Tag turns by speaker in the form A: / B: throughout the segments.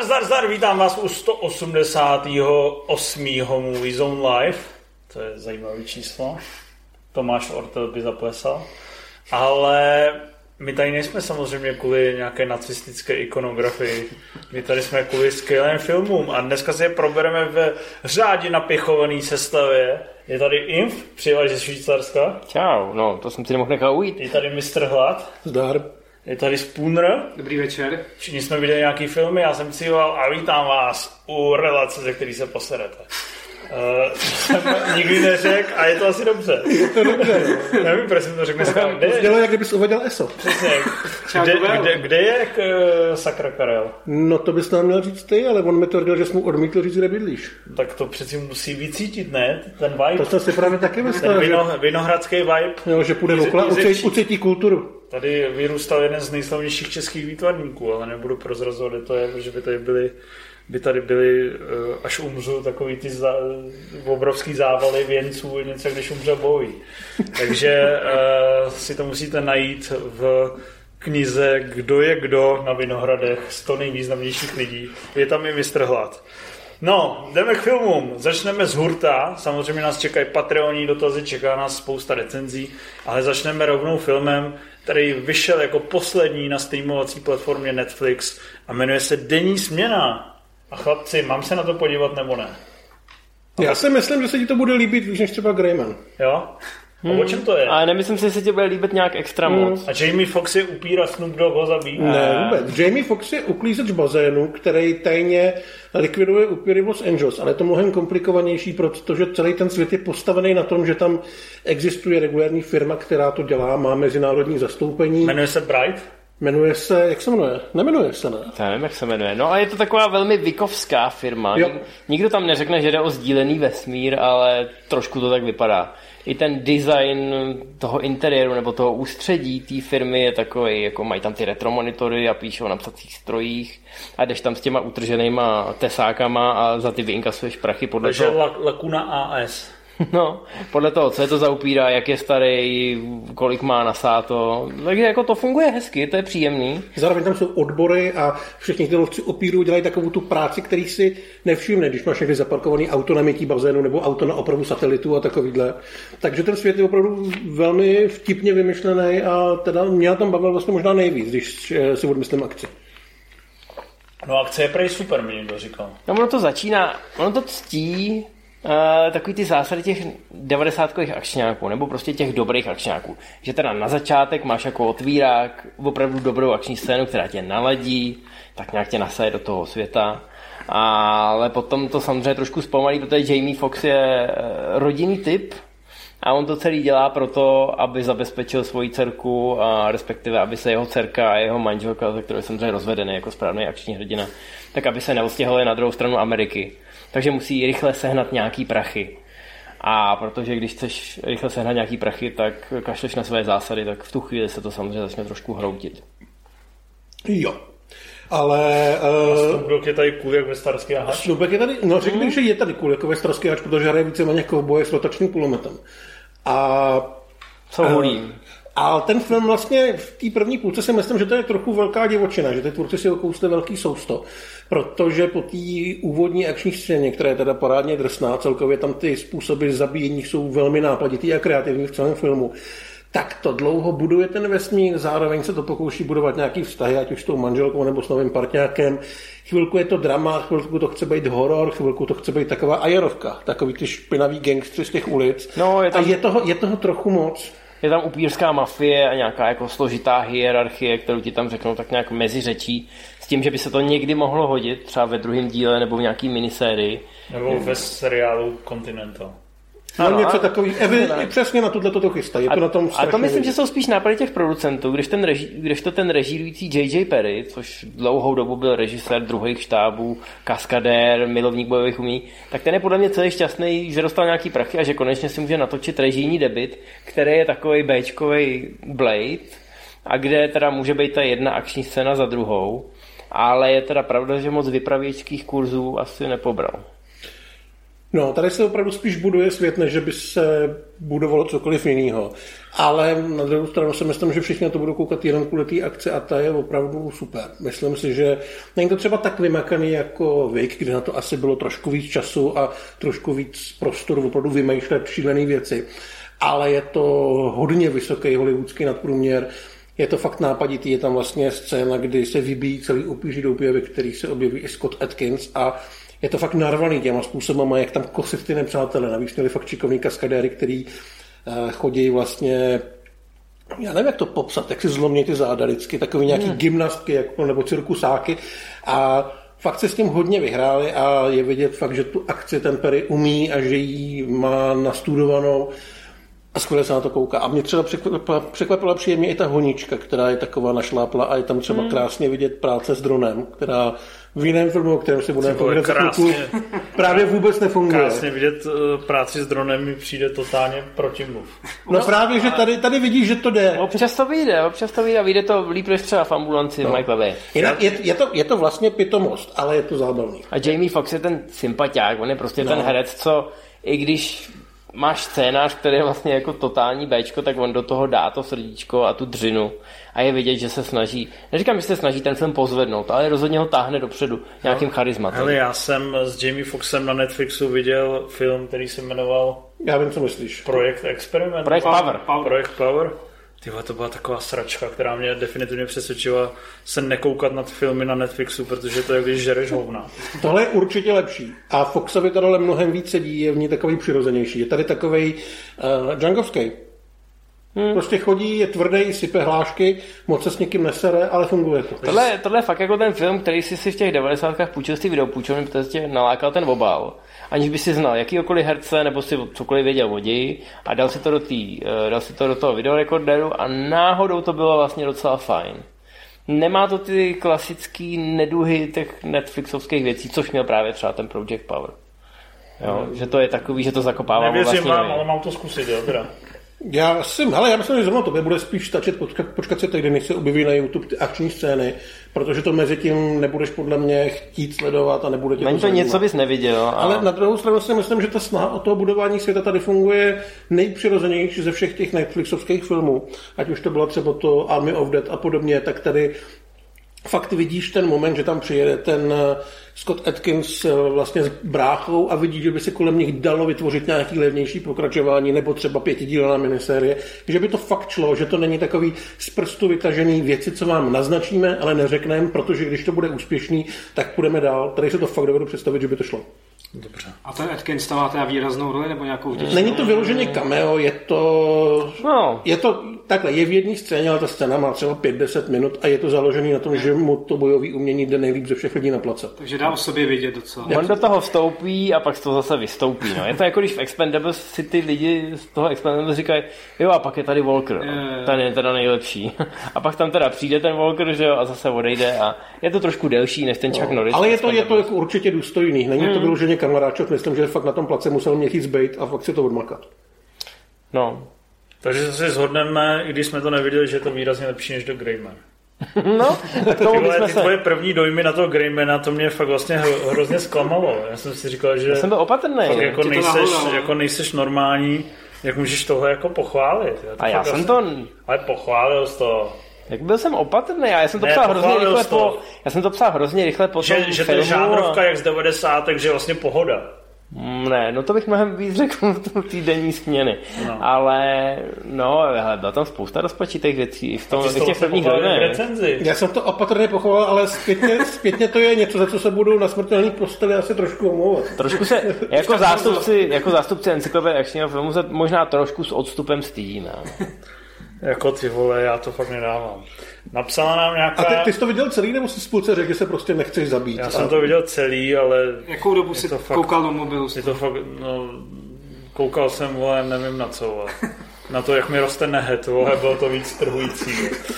A: Zdar, vítám vás u 188. Movie Zone Live. To je zajímavé číslo. Tomáš Ortel by zaplesal. Ale my tady nejsme samozřejmě kvůli nějaké nacistické ikonografii. My tady jsme kvůli skvělým filmům a dneska si je probereme v řádě napěchované sestavě. Je tady Inf, přijel ze Švýcarska.
B: Čau, no to jsem si nemohl nechat ujít.
A: Je tady Mr. Hlad.
C: Zdar.
A: Je tady Spooner.
D: Dobrý večer.
A: Všichni jsme viděli nějaký filmy, já jsem Cival a vítám vás u relace, ze který se poserete. Jsem nikdy neřekl a je to asi dobře.
C: Je to dobře.
A: Nevím, proč jsem to řekl dneska.
C: To dělo, jak kdybys uvedl ESO.
A: Přesně. Kde je sakra Karel?
C: No to bys nám měl říct ty, ale on mi tvrdil, že jsi mu odmítl říct, kde bydlíš.
A: Tak to přeci musí vycítit, ne? Ten vibe.
C: To jsem si právě taky myslel.
A: Ten vinohradský vibe.
C: Jo, že půjde okolo, ucítí kulturu.
A: Tady vyrůstal jeden z nejslavnějších českých výtvarníků, ale nebudu prozrazovat, kde to je, protože by tady byly, až umřu, takový ty obrovský závaly věnců, něco, když umře Bowie. Takže si to musíte najít v knize Kdo je kdo na Vinohradech, 100 nejvýznamnějších lidí. Je tam i Mr. Hlad. No, jdeme k filmům. Začneme z hurta. Samozřejmě nás čekají patreonní dotazy, čeká nás spousta recenzí, ale začneme rovnou filmem, který vyšel jako poslední na streamovací platformě Netflix a jmenuje se Denní směna. A chlapci, mám se na to podívat nebo ne?
C: Já si myslím, že se ti to bude líbit víc než třeba Greyman.
A: Jo? A o čem to je?
B: Ale nemyslím si, že se ti bude líbit nějak extra moc.
A: A Jamie Foxx je upír a Snoop Dogg ho zabíjí?
C: Ne, vůbec. Jamie Foxx je uklízeč bazénu, který tajně likviduje upíry v Los Angeles, ale je to mnohem komplikovanější, protože celý ten svět je postavený na tom, že tam existuje regulární firma, která to dělá, má mezinárodní zastoupení.
A: Jmenuje se Bright?
C: Jmenuje se, jak se jmenuje? Nemenuje se, ne?
B: Já nevím, jak se jmenuje. No a je to taková velmi vikovská firma. Jo. Nikdo tam neřekne, že jde o sdílený vesmír, ale trošku to tak vypadá. I ten design toho interiéru nebo toho ústředí té firmy je takový, jako mají tam ty retromonitory a píšou na psacích strojích a jdeš tam s těma utrženýma tesákama a za ty vyinkasuješ prachy podle
A: toho.
B: Takže
A: Lacuna AS.
B: No, podle toho, co je to za upíra, jak je starý, kolik má nasáto. Takže jako to funguje hezky, to je příjemný.
C: Zároveň tam jsou odbory a všichni ty lovci upírů dělají takovou tu práci, který si nevšimne, když máš někdy zaparkovaný auto na mytí bazénu nebo auto na opravu satelitu a takovýhle. Takže ten svět je opravdu velmi vtipně vymyšlený a teda mě na tom bavil vlastně možná nejvíc, když si odmyslím akci.
A: No akce je prej super, mi někdo říkal.
B: No ono to ctí takový ty zásady těch 90kových akčňáků, nebo prostě těch dobrých akčňáků. Že teda na začátek máš jako otvírák opravdu dobrou akční scénu, která tě naladí, tak nějak tě nasaje do toho světa. Ale potom to samozřejmě trošku zpomalí, protože Jamie Foxx je rodinný typ a on to celý dělá proto, aby zabezpečil svoji dcerku a respektive, aby se jeho dcerka a jeho manželka, za kterou je samozřejmě rozvedený jako správný akční hrdina, tak aby se neodstěhovali na druhou stranu Ameriky. Takže musí rychle sehnat nějaký prachy. A protože když chceš rychle sehnat nějaký prachy, tak kašleš na své zásady, tak v tu chvíli se to samozřejmě začne trošku hroutit.
C: Jo. Ale...
A: Snoop Dogg je tady cool jak ve Starsky hač?
C: Snoop Dogg je tady, no řekl bych, že je tady cool jako ve Starsky hač, protože hraje víceméně kovboje s rotačním kulometem. A...
B: Co holí.
C: A ten film vlastně v té první půlce si myslím, že to je trochu velká divočina, že ty tvůrci si okousli velký sousto, protože po té úvodní akční scéně, která je teda parádně drsná, celkově tam ty způsoby zabíjení jsou velmi nápaditý a kreativní v celém filmu, tak to dlouho buduje ten vesmír, zároveň se to pokouší budovat nějaký vztahy, ať už s tou manželkou nebo s novým partňákem. Chvilku je to drama, chvilku to chce být horor, chvilku to chce být taková ajerovka, takový ty špinavý gangstři z těch ulic.
B: No,
C: a je toho trochu moc.
B: Je tam upírská mafie a nějaká jako složitá hierarchie, kterou ti tam řeknou tak nějak mezi řečí, s tím, že by se to někdy mohlo hodit, třeba ve druhém díle nebo v nějaký minisérii.
A: Nebo ve seriálu Continental.
C: No, něco takový, přesně na tohle to chystají.
B: A to myslím, že jsou spíš nápady těch producentů, když to ten režírující J.J. Perry, což dlouhou dobu byl režisér druhých štábů, kaskadér, milovník bojových umění, tak ten je podle mě celý šťastný, že dostal nějaký prachy a že konečně si může natočit režijní debut, který je takovej béčkovej Blade a kde teda může být ta jedna akční scéna za druhou, ale je teda pravda, že moc vypravěčských kurzů asi nepobral.
C: No, tady se opravdu spíš buduje svět, než by se budovalo cokoliv jiného. Ale na druhou stranu si myslím, že všichni na to budou koukat jenom kvůli té akce a ta je opravdu super. Myslím si, že není to třeba tak vymakaný jako Vic, kde na to asi bylo trošku víc času a trošku víc prostoru opravdu vymýšlet šílené věci. Ale je to hodně vysoký hollywoodský nadprůměr. Je to fakt nápaditý, je tam vlastně scéna, kdy se vybíjí celý upíří doupě, ve který se objeví i Scott Adkins a je to fakt narvaný těma způsobama, jak tam kosit ty nepřátelé. Navíc měli fakt šikovný kaskadéry, který chodí vlastně, já nevím, jak to popsat, jak si zlomí ty záda vždycky, takový nějaký gymnastky jako, nebo cirkusáky a fakt se s tím hodně vyhráli a je vidět fakt, že tu akci ten Perry umí a že ji má nastudovanou a skvěle se na to kouká. A mě třeba překvapila příjemně i ta honička, která je taková našlápla a je tam třeba krásně vidět práce s dronem, která v jiném filmu, o kterém se budeme povědět za chvilku, právě vůbec nefunguje.
A: Krásně vidět práci s dronem mi přijde totálně protimluv.
C: No právě, že tady vidíš, že to jde.
B: Občas to vyjde to líp než třeba v ambulanci v Michael Bay.
C: Je to vlastně pitomost, ale je to zábavný.
B: A Jamie Foxx je ten sympatiák, on je prostě ten herec, co i když máš scénář, který je vlastně jako totální béčko, tak on do toho dá to srdíčko a tu dřinu a je vidět, že se snaží, neříkám, že se snaží ten film pozvednout, ale rozhodně ho táhne dopředu nějakým charizmatem.
A: Hele, já jsem s Jamie Foxxem na Netflixu viděl film, který se jmenoval
C: Já vím, co myslíš.
A: Projekt Experiment.
B: Projekt Power.
A: Tyhle, to byla taková sračka, která mě definitivně přesvědčila se nekoukat na filmy na Netflixu, protože to je, když žereš hovna.
C: Tohle je určitě lepší. A Foxovi to ale mnohem víc sedí, je v ní takový přirozenější. Je tady takovej džangovský. Prostě chodí, je tvrdý, sype hlášky, moc se s někým nesere, ale funguje to.
B: Tohle je fakt jako ten film, který si v těch 90kách půjčil z té videopůjčovny, protože tě nalákal ten obal. Aniž by si znal jakýkoliv herce, nebo si cokoliv věděl o ději a dal si to do toho videorekorderu a náhodou to bylo vlastně docela fajn. Nemá to ty klasický neduhy těch Netflixovských věcí, což měl právě třeba ten Project Power. Jo, že to je takový, že to zakopává.
A: Nevěřím vám, ale mám to zkusit, jo, teda.
C: Já myslím, že zrovna tobě bude spíš stačit počkat si týden, než se objeví na YouTube ty akční scény, protože to mezi tím nebudeš podle mě chtít sledovat a nebude tě
B: to zajímat. Něco bys neviděl.
C: Ale na druhou stranu si myslím, že ta snaha o toho budování světa tady funguje nejpřirozenější ze všech těch Netflixovských filmů. Ať už to bylo třeba to Army of Dead a podobně, tak tady fakt vidíš ten moment, že tam přijede ten Scott Adkins vlastně s bráchou a vidí, že by se kolem nich dalo vytvořit nějaký levnější pokračování nebo třeba 5dílná minisérie, že by to fakt šlo, že to není takový z prstu vytažený věci, co vám naznačíme, ale neřekneme, protože když to bude úspěšný, tak půjdeme dál. Tady se to fakt dovedu představit, že by to šlo.
A: Dobře.
D: A ten Atkins tam má teda výraznou roli nebo nějakou vděčnou?
C: Není to vyloženě cameo, je to takhle, je v jedné scéně, ale ta scéna má třeba 5-10 minut a je to založený na tom, že mu to bojové umění jde nejlíp ze všech lidí na place.
D: Takže dá o sobě vidět docela.
B: On do toho vstoupí a pak z toho zase vystoupí. No. Je to jako když v Expendables si ty lidi z toho Expendables říkají, jo a pak je tady Walker, ten je teda nejlepší. A pak tam teda přijde ten Walker, že jo, a zase odejde a je to trošku delší než ten Chuck Norris.
C: Ale je to jako určitě důstojný, není to vyloženě kamaráčov, myslím, že fakt na tom place musel měsíc bejt a fakt si to odmakat.
B: No.
A: Takže se shodneme, i když jsme to neviděli, že je to výrazně lepší než do Greyman.
B: No,
A: ty tvoje první dojmy na toho Greymana, to mě fakt vlastně hrozně zklamalo. Já jsem si říkal, že
B: já jsem byl opatrný.
A: Jako nejseš normální, jak můžeš tohle jako pochválit.
B: A já jsem to...
A: Ale pochválil jsi to.
B: Jak byl jsem opatrný, já jsem to psal hrozně rychle po tom
A: že to je žánrovka jak z 90, takže vlastně pohoda.
B: Ne, no to bych mnohem víc řekl v té denní směny. No. Ale no, byla tam spousta rozpačitých věcí v těch prvních dojmech.
C: Já jsem to opatrně pochoval, ale zpětně to je něco, za co se budu na smrtelný posteli asi trošku omlouvat.
B: Trošku se, jako zástupci encyklopedie akčního filmu se možná trošku s odstupem stydíme.
A: Jako ty vole, já to fakt nedávám. Napsala nám nějaká...
C: A ty jsi to viděl celý, nebo jsi spůlce řekl, že se prostě nechceš zabít?
A: Já jsem to viděl celý, ale...
D: Jakou dobu jsi koukal do mobilu?
A: Je to fakt, no, koukal jsem, vole, nevím na co, vole. Na to, jak mi roste nehet, vole, bylo to víc trhující.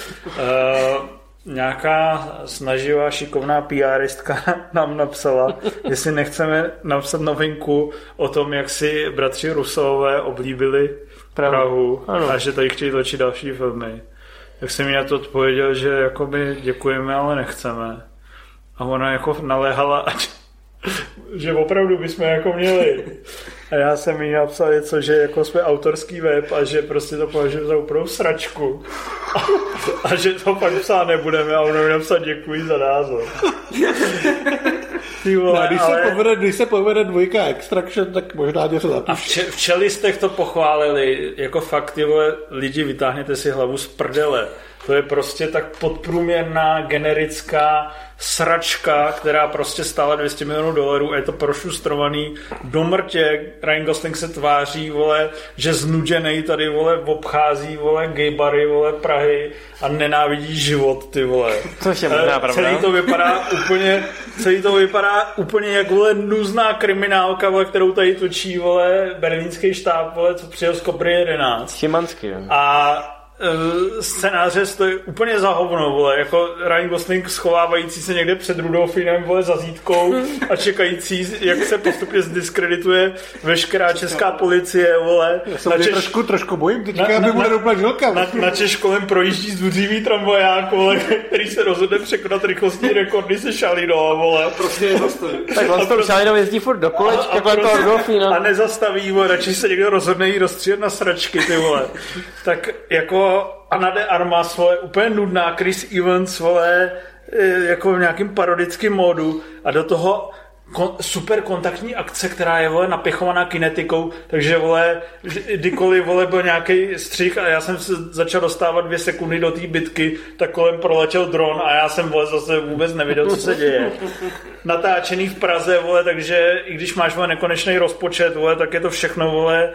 A: Nějaká snaživá, šikovná PRistka nám napsala, jestli nechceme napsat novinku o tom, jak si bratři Rusové oblíbili Prahu a že tady chtějí točit další filmy. Tak jsem jí na to odpověděl, že jako my děkujeme, ale nechceme. A ona jako naléhala, že opravdu bychom jako měli. A já jsem jí napsal něco, že jako jsme autorský web a že prostě to považuji za úplnou sračku. A že to pak psát nebudeme a ono mi napsat děkuji za názor.
C: Vole, když se povede 2 Extraction, tak možná něco zapíš.
A: A v Čelistech to pochválili, jako fakt, ty vole, lidi, vytáhněte si hlavu z prdele. To je prostě tak podprůměrná, generická sračka, která prostě stála $200 milionů a je to prošustrovaný do mrtě. Ryan Gosling se tváří, vole, že znuděnej tady, vole, obchází, vole, gaybary, vole, Prahy a nenávidí život, ty vole.
B: Což je možná pravda.
A: Celý to vypadá úplně jak, vole, nuzná kriminálka, vole, kterou tady točí, vole, berlínský štáb, vole, co přijel z Kobry 11.
B: Šimanský.
A: A scénáře stojí úplně za hovno, vole, jako Ryan Gosling schovávající se někde před Rudolfinem, vole, za zítkou a čekající, jak se postupně zdiskredituje veškerá česká policie, vole.
C: Já se trošku bojím, teďka by bude úplně žilka.
A: Na Češ kolem projíždí zuřivý tramvaják, vole, který se rozhodne překonat rychlostní rekordy se Šalino, vole.
D: Prostě
B: tak on s tou Šalinou jezdí furt do kolečka, kolem Rudolfína.
A: A nezastaví, vole, radši se někdo rozhodne jí rozstřílet na sračky, ty vole. Tak jako Ana de Armas, vole, úplně nudná, Chris Evans, vole, jako v nějakým parodickém módu a do toho super kontaktní akce, která je, vole, napěchovaná kinetikou, takže, vole, kdykoliv, vole, byl nějaký střih a já jsem se začal dostávat 2 sekundy do té bitky, tak kolem proletěl dron a já jsem, vole, zase vůbec nevěděl, co se děje. Natáčený v Praze, vole, takže i když máš, vole, nekonečný rozpočet, vole, tak je to všechno, vole,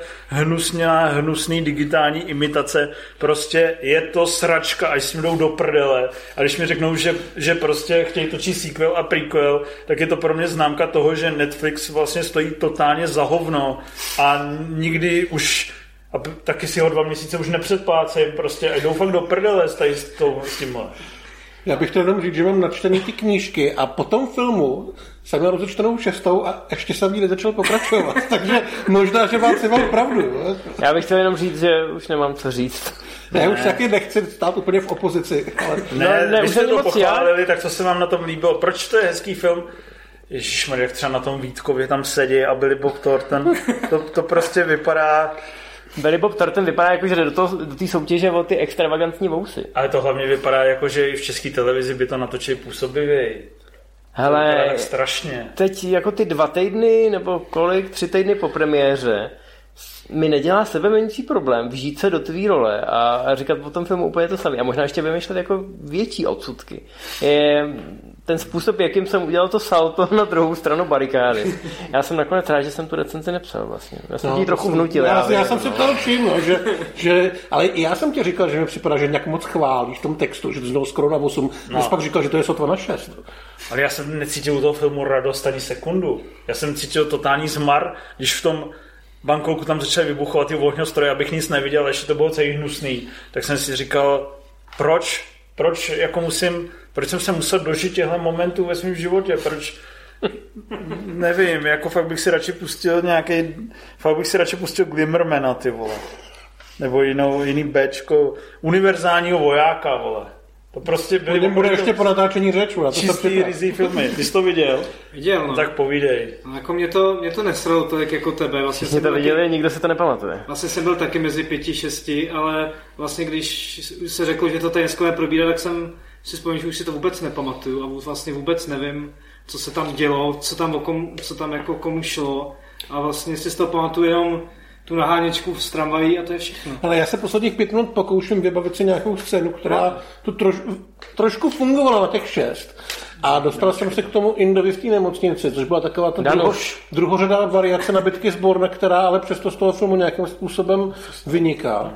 A: hnusný digitální imitace. Prostě je to sračka, až si mi jdou do prdele. A když mi řeknou, že prostě chtějí točit sequel a prequel, tak je to pro mě známka toho, že Netflix vlastně stojí totálně za hovno a nikdy už a taky si ho 2 měsíce už nepředplácím prostě a jdou fakt do prdele s tímhle.
C: Já bych chtěl jenom říct, že mám načtený ty knížky a po tom filmu jsem měl rozečtenou 6. a ještě jsem jí nezačal pokračovat, takže možná, že vám si mám pravdu.
B: Já bych chtěl jenom říct, že už nemám co říct.
C: Ne, už taky nechci stát úplně v opozici. Ale...
A: Ne, když jste to pochválili, tak co se vám na tom líbilo? Proč to je hezký film? Ježišmarja, jak třeba na tom Vítkově tam sedí a Billy Bob Thornton, to prostě vypadá...
B: Billy Bob Thornton vypadá jako, že jde do té soutěže o ty extravagantní vousy.
A: Ale to hlavně vypadá jako, že i v české televizi by to natočili působivěji.
B: Hele,
A: tak strašně.
B: Teď jako ty 2 týdny nebo kolik, 3 týdny po premiéře mi nedělá sebe menší problém vžít se do tvý role a říkat po tom filmu úplně to samé. A možná ještě vymýšlet jako větší odsudky. Je ten způsob, jakým jsem udělal to salto na druhou stranu barikády. Já jsem nakonec rád, že jsem tu recenzi nepsal vlastně. Já jsem ti trochu vnutil.
C: Já jsem si toho všiml, že ale já jsem ti říkal, že mi připadá, že nějak moc chválíš v tom textu, že to znovu skoro na 8. No. Jsi pak říkal, že to je sotva na 6.
A: Ale já jsem necítil u toho filmu radost ani sekundu. Já jsem cítil totální zmar, když v tom Bangkoku tam začaly vybuchovat ty ohňostroje, abych nic neviděl, ještě to bylo celý hnusný. Tak jsem si říkal, proč jsem se musel dožít těchto momentů ve svém životě, proč, nevím, jako fakt bych si radši pustil Glimmermana, ty vole. Nebo jiný béčko, univerzálního vojáka, vole. To prostě byly...
C: Bude ještě po natáčení řeč,
A: čistý, rizí filmy. Ty jsi to viděl?
D: Viděl, no.
A: Tak povídej.
D: No, jako mě to nesralo tolik jako tebe. Vlastně
B: všichni to viděli, nikdo se to nepamatuje.
D: Vlastně jsem byl taky mezi 5-6, ale vlastně když se řeklo, že to tady dneska probírat, tak jsem si vzpomněl, že už si to vůbec nepamatuju a vlastně vůbec nevím, co se tam dělo, co tam jako komu šlo a vlastně si z toho pamatuju jenom tu naháněčku v tramvaji a to je všechno.
C: Ale já se posledních 5 minut pokouším vybavit si nějakou scénu, která tu trošku fungovala na těch 6. A dostal jsem se k tomu Indovi v té nemocnici, což byla taková ta druhořadá variace na bitky z Borna, která ale přesto z toho filmu nějakým způsobem vyniká.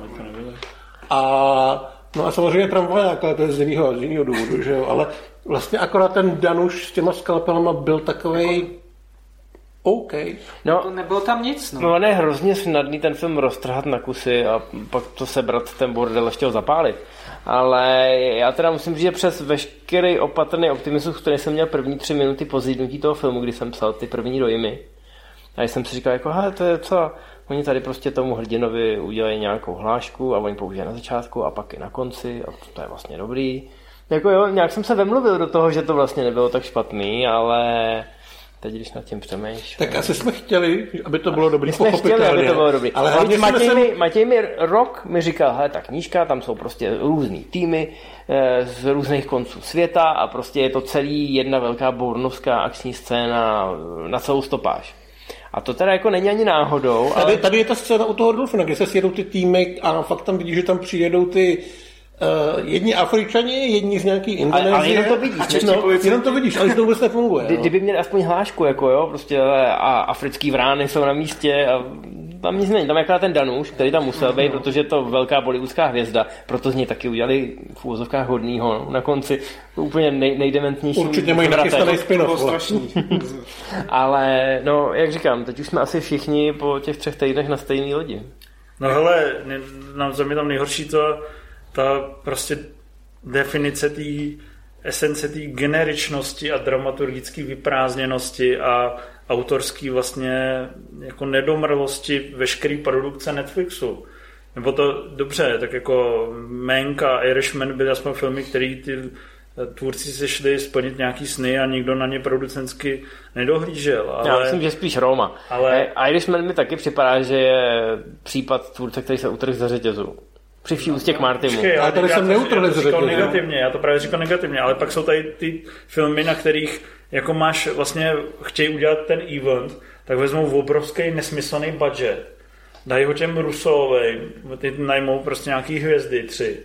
C: A samozřejmě tramvaják, ale to je z jiného důvodu, že jo? Ale vlastně akorát ten Danuš s těma skalpelama byl takovej OK.
D: No, nebylo tam nic, no.
B: No, je hrozně snadný ten film roztrhat na kusy a pak to sebrat ten bordel ještě ho zapálit. Ale já teda musím říct, že přes veškerý opatrný optimismus, který jsem měl první 3 minuty po zhlídnutí toho filmu, kdy jsem psal ty první dojmy, a jsem si říkal, jako, to je co? Oni tady prostě tomu hrdinovi udělají nějakou hlášku a oni použijí na začátku a pak i na konci a to je vlastně dobrý. Jako jo, nějak jsem se vemluvil do toho, že to vlastně nebylo tak špatný, ale teď když nad tím přemýšlím.
C: Tak asi jsme chtěli, aby to bylo dobrý,
B: jsme chtěli, aby to bylo dobrý.
C: Ale
B: Matěj mi rok mi říkal, hele, ta knížka, tam jsou prostě různý týmy z různých konců světa a prostě je to celý jedna velká bournovská akční scéna na celou stopáž. A to teda jako není ani náhodou. Ale...
C: Tady je ta scéna u toho Rudolfina, kde se sjedou ty týmy a fakt tam vidíš, že tam přijedou ty jedni Afričani, jedni z nějaký Indonésie. Ale
B: jenom to vidíš.
C: Jenom to vidíš, ale to vůbec nefunguje.
B: Kdyby měli aspoň hlášku, jako jo, prostě a africký vrány jsou na místě a tam nic není. Tam jaká ten Danuš, který tam musel být, protože je to velká bollywoodská hvězda, proto z něj taky udělali v úvozovkách hodnýho na konci úplně nejdementnější.
C: Určitě mají nachystaný spin-off.
B: Ale no, jak říkám, teď už jsme asi všichni po těch 3 týdnech na stejný lodi.
A: No hele, za mě tam nejhorší ta prostě definice té esence té generičnosti a dramaturgické vyprázdněnosti a autorský vlastně jako nedomrlosti veškeré produkce Netflixu. Nebo to dobře, tak jako Mank a Irishman byly aspoň filmy, které ty tvůrci se šli splnit nějaký sny a nikdo na ně producensky nedohlížel. Ale...
B: Já myslím, že spíš Roma. Ale Irishman mi taky připadá, že je případ tvůrce, který se utrhl ze řetězu. Při vší úctě k Martimu.
C: Ale tady jsem neutrhl ze řetězu.
A: Já to právě říkal negativně, ale pak jsou tady ty filmy, na kterých jako máš vlastně, chtějí udělat ten event, tak vezmou obrovský nesmyslný budget, dají ho těm Rusovým, ty najmou prostě nějaký hvězdy 3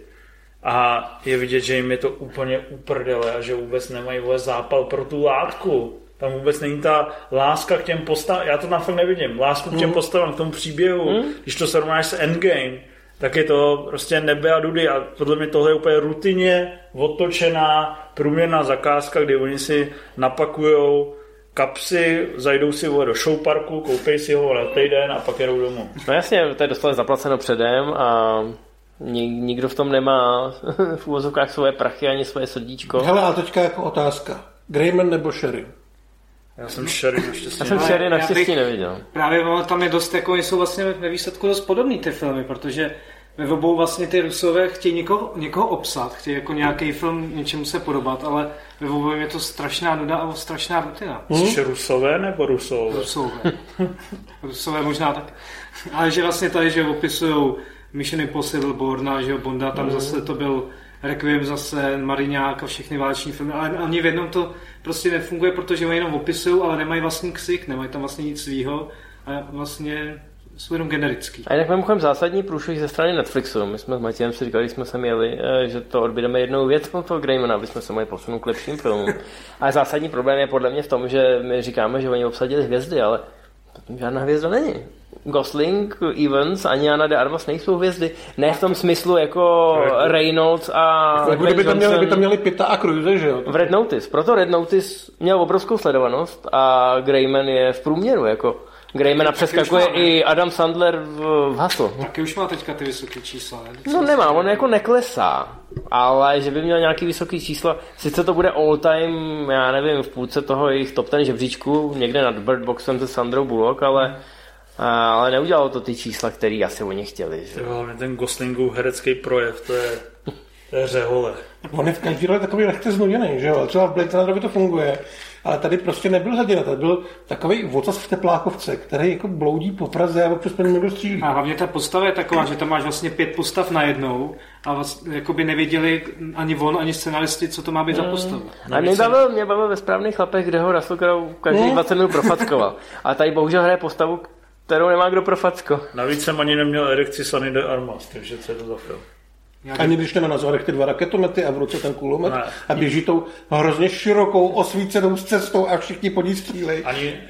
A: a je vidět, že jim je to úplně uprdele a že vůbec nemají zápal pro tu látku. Tam vůbec není ta láska k těm postavám, já to na fakt nevidím, lásku k těm postavám, k tomu příběhu, když to srovnáš s Endgame, tak je to prostě nebe a dudy a podle mě tohle je úplně rutině otočená průměrná zakázka, kdy oni si napakujou kapsy, zajdou si ho do showparku, koupej si ho na týden a pak jedou domů.
B: No jasně, to je dostali zaplaceno předem a nikdo v tom nemá v úvozovkách svoje prachy ani svoje srdíčko.
C: Hele, a teďka jako otázka. Greyman nebo Sherry?
A: Já jsem Sherry naštěstí.
B: Já jsem Sherry naštěstí neviděl.
D: Právě tam je dost, jako jsou vlastně ve výsledku dost podobný ty filmy, protože ve obou vlastně ty Rusové chtějí někoho obsat, chtějí jako nějaký film něčemu se podobat, ale ve obou je to strašná nuda a strašná rutina.
A: Jsi Rusové nebo Rusové?
D: Rusové. Rusové možná tak. Ale že vlastně tady, že opisujou Mission Impossible, Bourna, že Bonda, tam zase to byl Requiem zase, Mariňák a všechny váleční filmy, ale ani v jednom to prostě nefunguje, protože oni jenom opisují, ale nemají vlastní ksik, nemají tam vlastně nic svýho a vlastně jsou jenom generický.
B: A jinak mimochodem zásadní průšvih ze strany Netflixu. My jsme s Matějem si říkali, když jsme sem jeli, že to odbydeme jednou věcnou toho Greymana, aby jsme se mohli posunout k lepším filmům. Ale zásadní problém je podle mě v tom, že my říkáme, že oni obsadili hvězdy, ale žádná hvězda není. Gosling, Evans ani Ana de Armas nejsou hvězdy. Ne v tom smyslu jako Reynolds a
C: kdyby tam měli Pitta a Cruise, že jo?
B: V Red Notice. Proto Red Notice měl obrovskou sledovanost a Greyman je v průměru. Jako Greymana přeskakuje i Adam Sandler v Hustle.
D: Taky už má teďka ty vysoké čísla. Ne?
B: No nemá, on jako neklesá. Ale že by měl nějaký vysoký čísla, sice to bude all time, já nevím, v půlce toho jejich top ten žebříčku, někde nad Bird Boxem se Sandrou Bullock, ale neudělalo to ty čísla, které asi oni chtěli. Že?
A: Ten Goslingův herecký projev, to je řehole.
C: On je v každý roli takový lehce znuděný, že jo? Třeba v Blade Runnerovi to funguje, ale tady prostě nebyl hrdina, tady byl takový vocas v teplákovce, který jako bloudí po Praze a občas po něm někdo střílí.
D: A hlavně ta postava je taková, že tam máš vlastně 5 postav najednou a vlastně jako by nevěděli ani on, ani scenaristi, co to má být za postavu.
B: A mě bavil ve Správných chlapech, kde ho Russell Crowe každý 20 minut profackoval. A tady bohužel hraje postavu, kterou nemá kdo profacko.
A: Navíc jsem ani neměl erekci s Anny de Armas, takže co je to za film?
C: Ani když nemá na zádech ty 2 raketomety a v ruce ten kulomet a běží tou hrozně širokou osvícenou cestou a všichni po ní střílejí.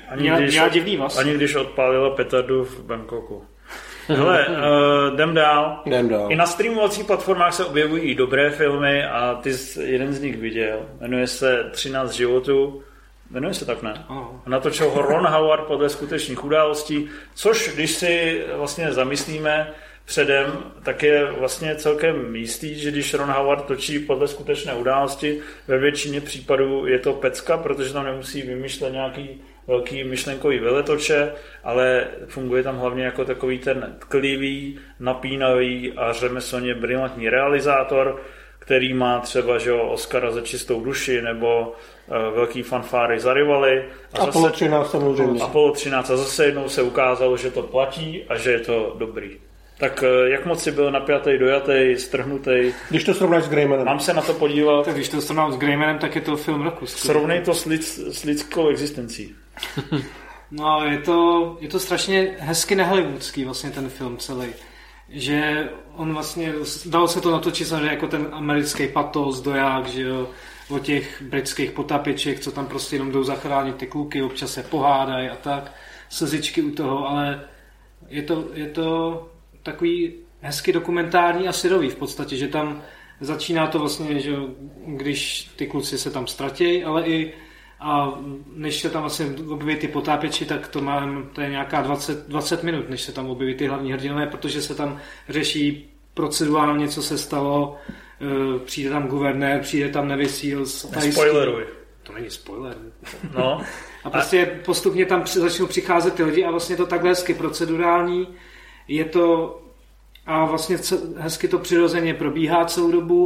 A: Ani když odpálila petardu v Bangkoku. Hele, jdem dál. I na streamovacích platformách se objevují i dobré filmy a ty jeden z nich viděl. Jmenuje se 13 životů. Jmenuje se tak, ne? Natočil ho Ron Howard podle skutečných událostí, což když si vlastně zamyslíme předem, tak je vlastně celkem jistý, že když Ron Howard točí podle skutečné události, ve většině případů je to pecka, protože tam nemusí vymýšlet nějaký velký myšlenkový veletoče, ale funguje tam hlavně jako takový ten tklivý, napínavý a řemeslně brilantní realizátor, který má třeba, že jo, Oscara za Čistou duši, nebo velký fanfáry za Rivaly.
C: Apollo 13 samozřejmě.
A: Apollo 13 a zase jednou se ukázalo, že to platí a že je to dobrý. Tak jak moc si byl napjatý, dojatý, strhnutý?
C: Když to srovnáš s Greymanem.
A: Mám se na to podívat.
D: Tak když to srovnám s Greymanem, tak je to film roku.
A: Srovnej to s lidskou existencí.
D: No, je to strašně hezky nehollywoodský vlastně ten film celý. Že on vlastně, dalo se to natočit samozřejmě jako ten americký patos, doják, že jo, o těch britských potápěček, co tam prostě jenom jdou zachránit ty kluky, občas se pohádají a tak, slzičky u toho, ale je to takový hezky dokumentární a syrový v podstatě, že tam začíná to vlastně, že když ty kluci se tam ztratějí, ale i a než se tam vlastně objeví ty potápěči, tak to je nějaká 20 minut, než se tam objeví ty hlavní hrdinové, protože se tam řeší procedurálně, co se stalo, přijde tam guvernér, přijde tam Navy Seals.
A: Spoileruj.
D: To není spoiler.
A: No.
D: A prostě postupně tam začnou přicházet ty lidi a vlastně to takhle hezky procedurální, je to a vlastně hezky to přirozeně probíhá celou dobu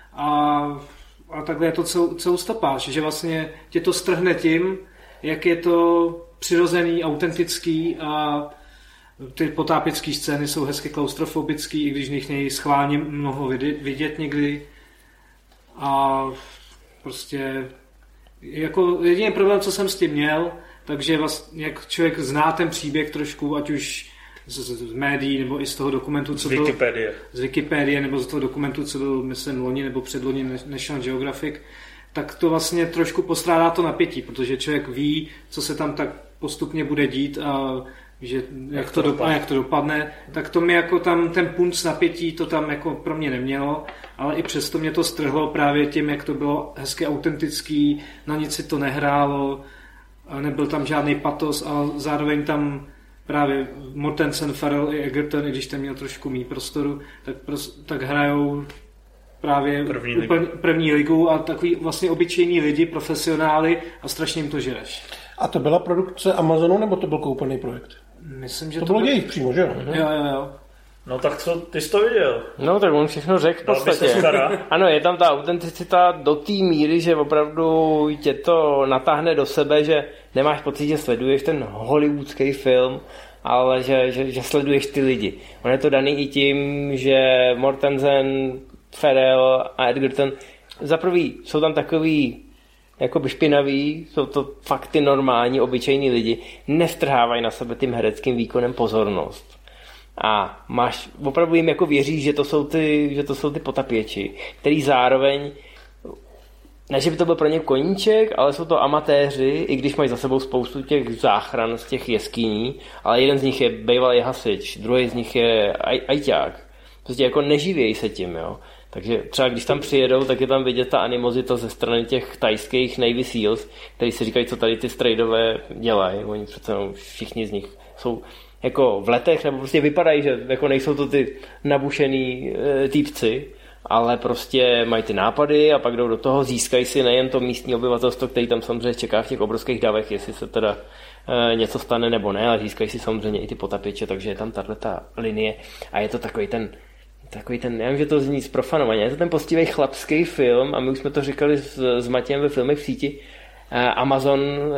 D: a takhle je to celou stopáž, že vlastně tě to strhne tím, jak je to přirozený, autentický a ty potápěcké scény jsou hezky klaustrofobický, i když nich něj schválně mnoho vidět někdy. A prostě jako jediný problém, co jsem s tím měl, takže vlastně, jak člověk zná ten příběh trošku, ať už z médií, nebo i z toho dokumentu, co byl... Z Wikipedie, nebo z toho dokumentu, co byl, myslím, loni nebo předloni National Geographic, tak to vlastně trošku postrádá to napětí, protože člověk ví, co se tam tak postupně bude dít a že jak to dopadne, tak to mi jako tam ten punc napětí to tam jako pro mě nemělo, ale i přesto mě to strhlo právě tím, jak to bylo hezky autentický, na nic si to nehrálo, nebyl tam žádný patos a zároveň tam právě Mortensen, Farrell i Egerton, i když ten měl trošku méně prostoru, tak hrajou právě první ligu a takový vlastně obyčejní lidi, profesionály a strašně jim to žereš.
C: A to byla produkce Amazonu, nebo to byl koupený projekt?
D: Myslím, že
C: to bylo jejich přímo, že jo?
D: Jo.
A: No tak co, ty jsi to viděl?
B: No tak on všechno řekl v podstatě. Ano, je tam ta autenticita do té míry, že opravdu tě to natáhne do sebe, že nemáš pocit, že sleduješ ten hollywoodský film, ale že sleduješ ty lidi. On je to daný i tím, že Mortensen, Farrell a Edgerton za prvý jsou tam takový jakoby špinaví, jsou to fakt ty normální, obyčejní lidi, nestrhávají na sebe tím hereckým výkonem pozornost. A opravdu jim jako věříš, že to jsou ty potapěči, který zároveň, ne, že by to byl pro ně koníček, ale jsou to amatéři, i když mají za sebou spoustu těch záchran z těch jeskyní, ale jeden z nich je bývalý hasič, druhý z nich je ajťák. Prostě jako neživějí se tím, jo. Takže třeba když tam přijedou, tak je tam vidět ta animozita ze strany těch thajských Navy Seals, který si říkají, co tady ty strejdové dělají. Oni přece všichni z nich jsou jako v letech, nebo prostě vypadají, že jako nejsou to ty nabušený týpci, ale prostě mají ty nápady a pak jdou do toho, získají si nejen to místní obyvatelstvo, který tam samozřejmě čeká v těch obrovských davech, jestli se teda něco stane nebo ne, ale získají si samozřejmě i ty potapěče, takže je tam tato linie a je to takový ten, já vím, že to zní zprofanovaně, je to ten postivý chlapský film a my už jsme to říkali s Matějem ve Filmech v síti. Amazon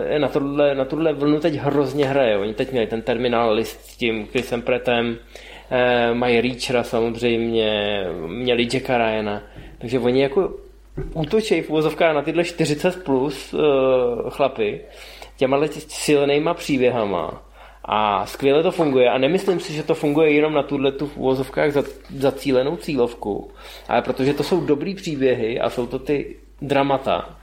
B: na tuhle vlnu teď hrozně hraje. Oni teď měli ten Terminal List s tím Chrisem Prattem, mají Reachera samozřejmě, měli Jacka Ryana, takže oni jako útočí v uvozovkách na tyhle 40 plus chlapy těma silnýma příběhama. A skvěle to funguje a nemyslím si, že to funguje jenom na tu v uvozovkách zacílenou cílovku, ale protože to jsou dobrý příběhy a jsou to ty dramata,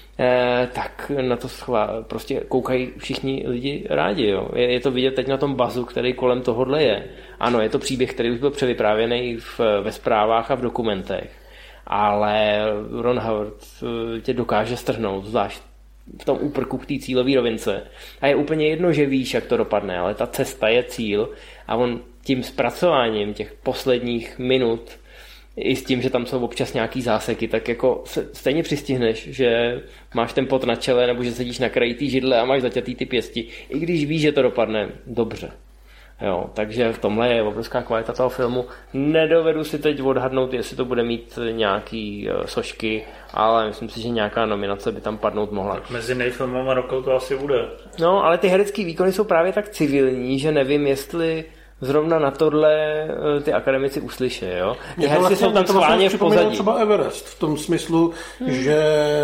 B: tak na to prostě koukají všichni lidi rádi. Jo. Je to vidět teď na tom buzzu, který kolem tohohle je. Ano, je to příběh, který už byl převyprávěný ve zprávách a v dokumentech, ale Ron Howard tě dokáže strhnout, zvlášť v tom úprku k té cílové rovince. A je úplně jedno, že víš, jak to dopadne, ale ta cesta je cíl a on tím zpracováním těch posledních minut i s tím, že tam jsou občas nějaký záseky, tak jako stejně přistihneš, že máš ten pot na čele nebo že sedíš na kraji té židle a máš zaťatý ty pěsti, i když víš, že to dopadne dobře. Jo, takže v tomhle je obrovská kvalita toho filmu. Nedovedu si teď odhadnout, jestli to bude mít nějaký sošky, ale myslím si, že nějaká nominace by tam padnout mohla.
A: Tak mezi nejfilmama roku to asi bude.
B: No, ale ty herecký výkony jsou právě tak civilní, že nevím, jestli zrovna na tohle ty akademici uslyší, jo? Ty herci jsou tam schválně v pozadí.
C: Třeba Everest, v tom smyslu, že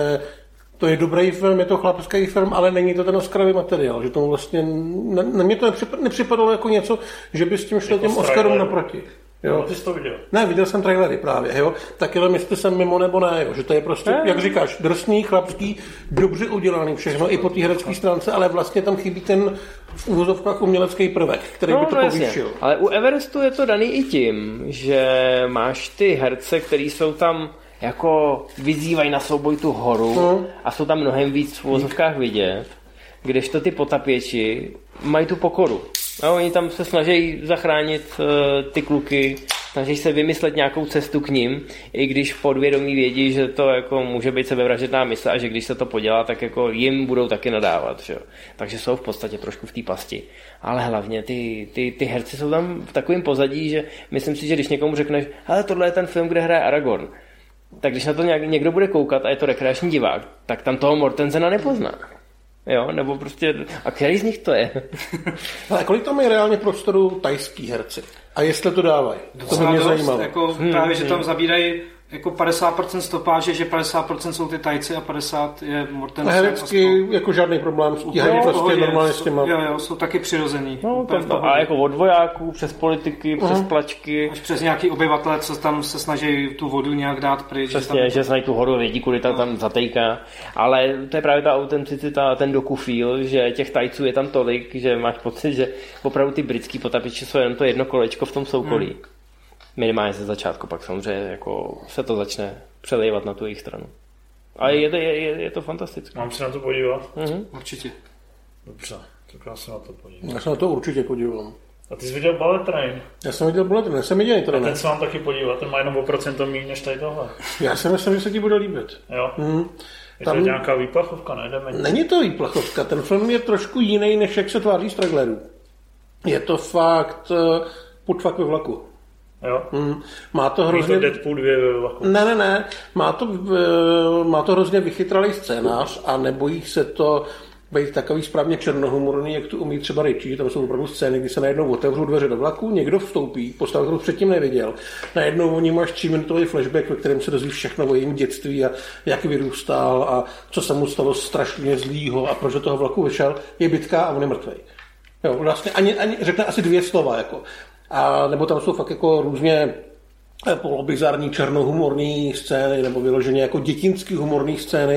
C: to je dobrý film, je to chlapský film, ale není to ten Oscarový materiál, že to vlastně, na mě to nepřipadalo jako něco, že by s tím šlo jako těm Oscarům naproti. Jo.
A: No, ty jsi to viděl?
C: Ne, viděl jsem trailery právě, jo. Tak jenom jestli jsem mimo nebo ne, jo. Že to je prostě, jak říkáš, drsný, chlapský, dobře udělaný všechno, i po té herecké stránce, ale vlastně tam chybí ten v úvozovkách umělecký prvek, který by to povýšil.
B: Ale u Everestu je to daný i tím, že máš ty herce, který jsou tam jako vyzývají na souboj tu horu a jsou tam mnohem víc v úvozovkách vidět, kdežto ty potapěči mají tu pokoru. A oni tam se snaží zachránit ty kluky, snaží se vymyslet nějakou cestu k nim, i když podvědomí vědí, že to jako může být sebevražedná mise a že když se to podělá, tak jako jim budou taky nadávat. Že? Takže jsou v podstatě trošku v té pasti. Ale hlavně ty herci jsou tam v takovém pozadí, že myslím si, že když někomu řekneš, ale tohle je ten film, kde hraje Aragorn, tak když na to někdo bude koukat a je to rekreační divák, tak tam toho Mortensena nepozná. Jo, nebo prostě, a který z nich to je?
C: Ale kolik tam je reálně prostoru tajský herci? A jestli to dávají? To by mě zajímalo.
D: Jako právě, že tam zabírají jako 50% stopáže, že 50% jsou ty Tajci a 50% je Mortensen.
C: A herecky jako žádný problém, stíhají prostě normálně s těma.
D: Jo, jsou taky přirozený.
B: No, a jako od vojáků, přes politiky, přes plačky.
D: Až přes nějaký obyvatele, co tam se snaží tu vodu nějak dát pryč.
B: Přesně, že znají tu horu, vědí, kudy tam zatejká. Ale to je právě ta autenticita, ten dokufíl, že těch Tajců je tam tolik, že máš pocit, že opravdu ty britský potapiči jsou jen to jedno kolečko v tom soukolí. Minimálně ze začátku, pak samozřejmě jako se to začne přelejvat na tu jejich stranu. A je to fantastické.
A: Mám se na to podívat?
D: Určitě.
A: Dobře, tak já se na to podívám.
C: Já se na to určitě podívám.
A: A ty jsi viděl Bullet Train?
C: Já jsem viděl Bullet Train, jsem viděl to.
A: A ten se mám taky podívat, ten má jenom o procento méně než tady tohle.
C: Já si myslím, že se ti bude líbit.
A: Jo? Je to nějaká výplachovka, ne?
C: Není to výplachovka, ten film je trošku jiný, než jak se tváří z trailerů. Je to fakt podfakt ve vlaku.
A: Jo?
C: Má to hrozně...
A: Deadpool 2 ve vlaku.
C: Ne. Má to hrozně vychytralý scénář a nebojí se to být takový správně černohumorný, jak to umí třeba Richie. Tam jsou opravdu scény, kdy se najednou otevřou dveře do vlaku, někdo vstoupí, postavu, kterou předtím neviděl. Najednou oni máš 3minutový flashback, ve kterém se dozvíš všechno o jejím dětství a jak vyrůstal a co se mu stalo strašně zlýho a proč do toho vlaku vyšel. Je bitka a on je mrtvej. Jo, vlastně ani řekne asi 2 slova, jako. A nebo tam jsou fakt jako různě polobizarní černohumorní scény nebo vyloženě jako dětinský humorní scény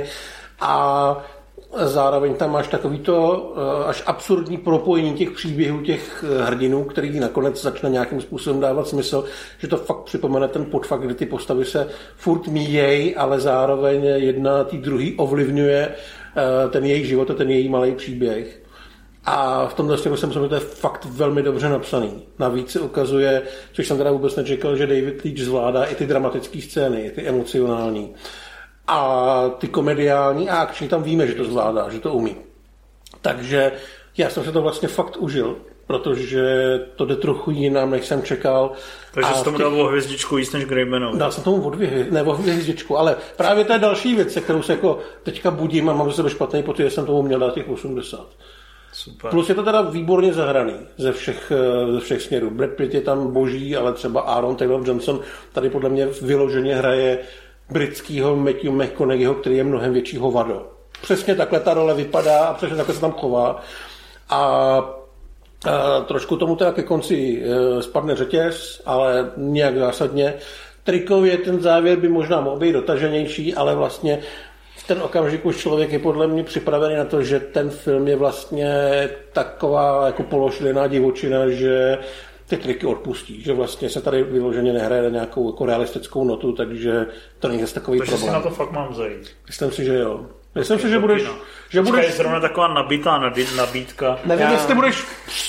C: a zároveň tam máš takovýto až absurdní propojení těch příběhů těch hrdinů, který nakonec začne nějakým způsobem dávat smysl, že to fakt připomene ten podfakt, kdy ty postavy se furt míjejí, ale zároveň jedna tý druhý ovlivňuje ten jejich život a ten její malý příběh. A v tomhle směru jsem že to je fakt velmi dobře napsaný. Navíc se ukazuje, což jsem teda vůbec nečekal, že David Leitch zvládá i ty dramatické scény, i ty emocionální. A ty komediální a akční tam víme, že to zvládá, že to umí. Takže já jsem se to vlastně fakt užil, protože to jde trochu jinam, než jsem čekal.
A: Takže jsi tomu dal o hvězdičku víc než Greymanovi.
C: Dal jsem tomu o hvězdičku, ale právě to je další věc, se kterou se jako teďka budím a mám za sebe špatný pocit, že jsem tomu měl dát těch 80.
A: Super.
C: Plus je to teda výborně zahraný ze všech směrů. Brad Pitt je tam boží, ale třeba Aaron Taylor Johnson tady podle mě vyloženě hraje britskýho Matthew McConaugheyho, který je mnohem větší hovado. Přesně takhle ta role vypadá a přesně takhle se tam chová. A trošku tomu teda ke konci spadne řetěz, ale nějak zásadně. Trikově ten závěr by možná mohl být dotaženější, ale vlastně v ten okamžik už člověk je podle mě připravený na to, že ten film je vlastně taková jako pološlená divočina, že ty triky odpustí, že vlastně se tady vyloženě nehraje na nějakou jako realistickou notu, takže to není zase takový problém.
A: Takže si na to fakt mám zajít.
C: Myslím si, že jo. Myslím si, že budeš...
A: Je zrovna taková nabitá nabídka.
C: Nevím, jestli budeš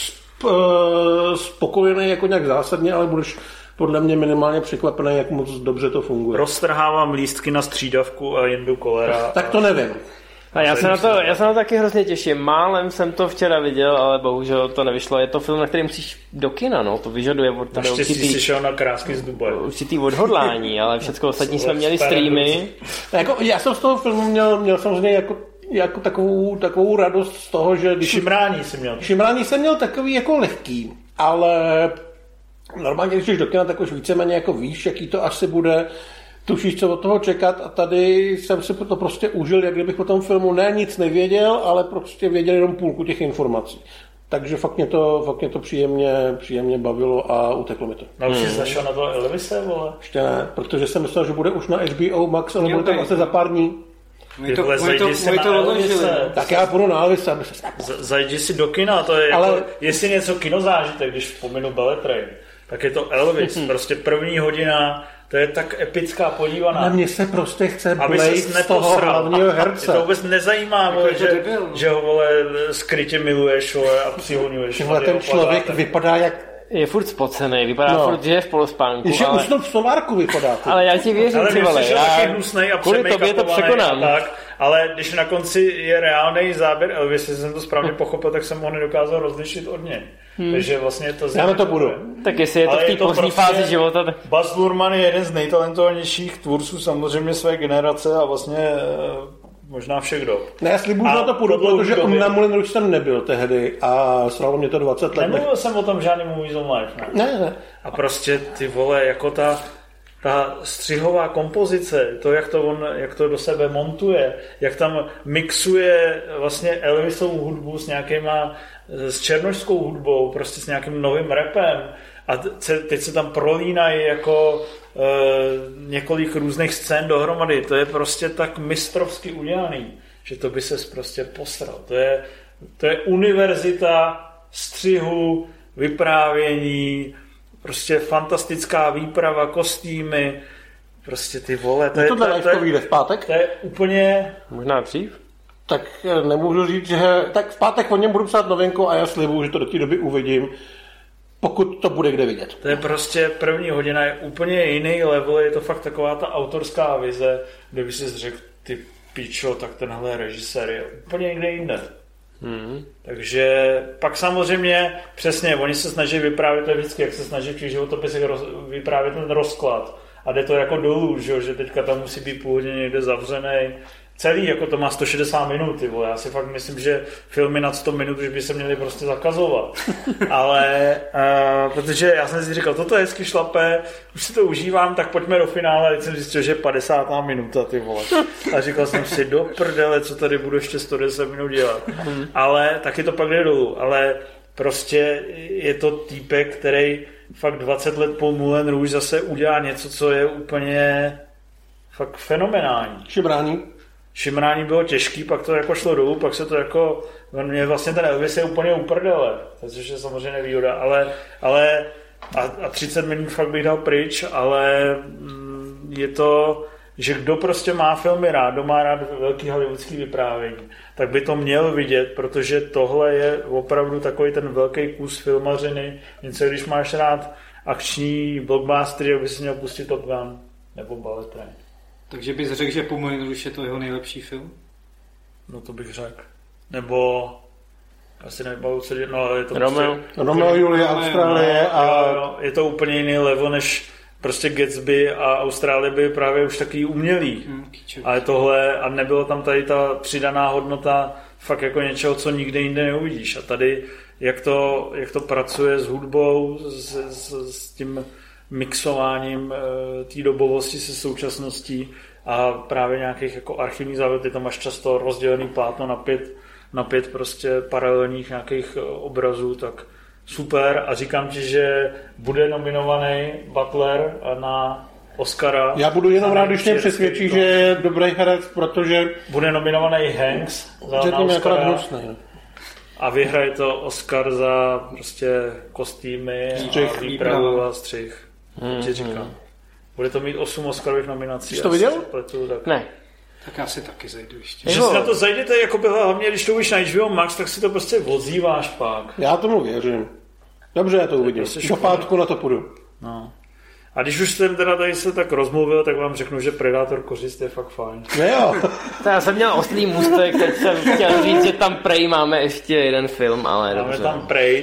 C: spokojený jako nějak zásadně, ale budeš podle mě minimálně překvapený, jak moc dobře to funguje.
A: Roztrhávám lístky na střídavku a Jindu Kolera.
C: Tak to nevím.
B: A já se na to taky hrozně těším. Málem jsem to včera viděl, ale bohužel to nevyšlo. Je to film, na který musíš do kina, no. To vyžaduje od tady určitý odhodlání, ale všechno ostatní jsme měli streamy.
C: Jako, já jsem z toho filmu měl samozřejmě jako takovou radost z toho, že... Šimrání jsem měl takový jako lehký, ale normálně, když jdeš do kina, tak už víceméně jako víš, jaký to asi bude, tušíš, co od toho čekat a tady jsem si to prostě užil, jak kdybych po tom filmu nic nevěděl, ale prostě věděl jenom půlku těch informací. Takže fakt mě to příjemně bavilo a uteklo mi to.
A: No už jsi zašel na to Elvise, vole?
C: Ještě ne, protože jsem myslel, že bude už na HBO Max, ale bude tam asi za pár dní.
D: My to odložili.
C: Tak já půjdu na Elvise.
A: Zajdi si do kina, to je ale... jako, jestli něco kinozážitek, když vzpomenu Bullet Train, tak je to Elvis, prostě první hodina, to je tak epická podívaná.
C: Ale mně se prostě chce blejt z toho hlavního herce.
A: To vůbec nezajímá, vole, že ho vole skrytě miluješ vole, a přihoňuješ.
C: Ten člověk vypadá jak...
B: Je furt spocený, vypadá furt, že je v polospánku.
C: Že už to v solárku vypadá.
B: Ale já ti věřím,
A: ty vole.
B: Kvůli tobě to překonám.
A: Tak, ale když na konci je reálný záběr Elvis, jestli jsem to správně pochopil, tak jsem ho nedokázal rozlišit od něj. Takže vlastně to...
C: Já na to budu.
B: Tak jestli je to v té pozdní fázi života... Tak...
A: Baz Luhrmann je jeden z nejtalentovanějších tvůrců samozřejmě své generace a vlastně možná všech dob.
C: Ne, já slibuju, že na to půjdu, protože na Moulin Rouge jsem nebyl tehdy a sralo mě to 20 let.
A: Nemluvil jsem o tom žádný Movies on Life, ne?
C: Ne.
A: A prostě ty vole, jako ta střihová kompozice, to, jak to do sebe montuje, jak tam mixuje vlastně Elvisovou hudbu s černošskou hudbou, prostě s nějakým novým rapem a teď se tam prolínají jako několik různých scén dohromady. To je prostě tak mistrovsky udělaný, že to by ses prostě posral. To je univerzita střihu, vyprávění, prostě fantastická výprava, kostýmy, prostě ty vole.
C: To vyjde v pátek?
A: To je úplně...
B: Možná dřív?
C: Tak nemůžu říct, že... Tak v pátek o něm budu psát novinku a já slibuju, že to do té doby uvidím, pokud to bude kde vidět.
A: To je prostě první hodina, je úplně jiný level, je to fakt taková ta autorská vize, kde by si řekl, ty pičo, tak tenhle režisér je úplně někde jinde. Takže pak samozřejmě přesně, oni se snaží vyprávět, to je vždycky, jak se snaží v těch životopisech vyprávět ten rozklad a jde to jako dolů, že teďka tam musí být půl hodiny někde zavřený. Celý, jako to má 160 minut, vole. Já si fakt myslím, že filmy nad 100 minut už by se měly prostě zakazovat. Ale, protože já jsem si říkal, toto je hezky šlapé, už si to užívám, tak pojďme do finále, teď jsem zjistil, že je 50. minuta, ty vole. A říkal jsem si, do prdele, co tady budu ještě 110 minut dělat. Ale taky to pak jde dolů. Ale prostě je to týpek, který fakt 20 let po Moulin Rouge zase udělá něco, co je úplně fakt fenomenální. Šimrání bylo těžký, pak to jako šlo dolů, pak se to jako, mě vlastně ten Elvis je úplně uprdele, což je samozřejmě nevýhoda, ale a 30 minut fakt bych dal pryč, ale je to, že kdo prostě má filmy rád, kdo má rád velký hollywoodský vyprávění, tak by to měl vidět, protože tohle je opravdu takový ten velký kus filmařiny, něco když máš rád akční blockbustery, tak by si měl pustit Top Gun nebo Bullet Train.
D: Takže bys řekl, že po Moulin Rouge je to jeho nejlepší film?
A: No to bych řekl. Nebo asi nevybavu, co no, ale je to
C: Romeo Julia, Austrálie a...
A: Jo, je to úplně jiný level, než prostě Gatsby a Austrálie by právě už taky umělý. Ale tohle, a nebylo tam tady ta přidaná hodnota fakt jako něčeho, co nikde jinde neuvidíš. A tady, jak to pracuje s hudbou, s tím mixováním té dobovosti se současností a právě nějakých jako archivních závěr, ty tam máš často rozdělený plátno na pět prostě paralelních nějakých obrazů, tak super. A říkám ti, že bude nominovaný Butler na Oscara.
C: Já budu jenom rád, když mě přesvědčí, že je dobrý herec, protože...
A: Bude nominovaný Hanks na Oscara. A vyhraje to Oscar za prostě kostýmy a výpravu a střih. Ti říkám. Bude to mít 8 Oscarových nominací.
C: Jsi to viděl?
A: Tak...
B: Ne.
D: Tak já si taky zajdu ještě.
A: Že si na to zajdete, jako byla hlavně, když to už na HBO Max, tak si to prostě odzýváš pak.
C: Já tomu věřím. Dobře, já to uvidím. Prostě do pátku na to půjdu.
A: No. A když už jsem teda tady se tak rozmluvil, tak vám řeknu, že Predator kořist je fakt fajn.
C: Jo.
B: To já jsem měl oslý můstek, teď jsem chtěl říct, že tam Prey máme ještě jeden film, ale
A: máme
B: dobře.
A: tam Prey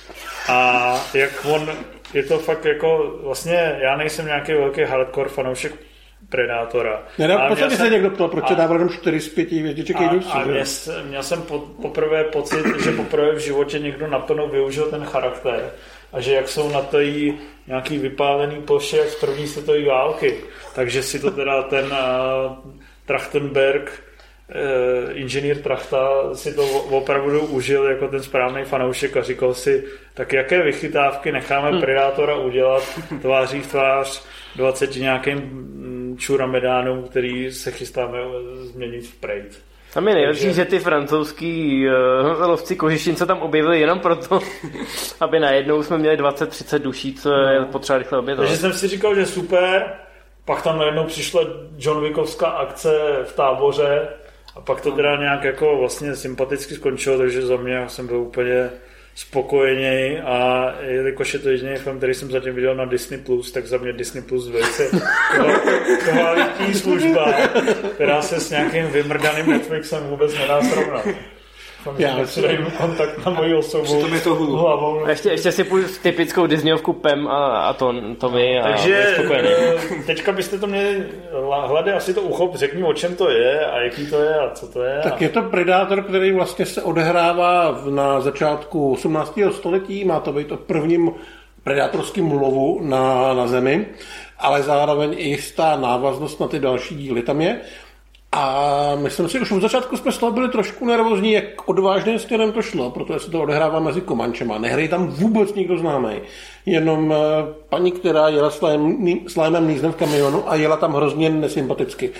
A: a jak on, je to fakt jako, vlastně já nejsem nějaký velký hardcore fanoušek Predátora.
C: Podstatě se někdo ptal, proč se dával jenom 4 z 5 hvězdiček jedničky.
A: Měl jsem poprvé pocit, že poprvé v životě někdo naplno využil ten charakter a že jak jsou na té nějaký vypálený ploše jak z první světové války. Takže si to teda ten Trachtenberg, inženýr Trachta, si to opravdu užil jako ten správný fanoušek a říkal si, tak jaké vychytávky necháme Predátora udělat tváří v tvář 20 nějakým čuramedánům, který se chystáme změnit v Prey.
B: Tam je nejlepší, že ty francouzský lovci kožešin se tam objevili jenom proto, aby najednou jsme měli 20-30 duší, co je potřeba rychle obětovat.
A: Takže jsem si říkal, že super, pak tam najednou přišla John Wickovská akce v táboře a pak to teda nějak jako vlastně sympaticky skončilo, takže za mě jsem byl úplně spokojeněj a jelikož je to jediný film, který jsem zatím viděl na Disney+, tak za mě Disney Plus velice kvalitní služba, která se s nějakým vymrdaným Netflixem vůbec nedá srovnat. Já si dejím kontakt na moji osobu hlavou.
B: Ještě si půjdu typickou Disneyovku Pem a Tommy.
A: Takže teďka byste to měli hledat asi to uchop, řekni, o čem to je a jaký to je a co to je.
C: Tak je to Predátor, který vlastně se odehrává na začátku 18. století, má to být o prvním predátorském lovu na Zemi, ale zároveň i jistá návaznost na ty další díly tam je. A myslím si, už od začátku jsme z toho byli trošku nervózní, jak odvážným směrem to šlo, protože se to odehrává mezi Komančema. Nehraje tam vůbec nikdo známý. Jenom paní, která jela s Limem Neesonem v kamionu a jela tam hrozně nesympaticky.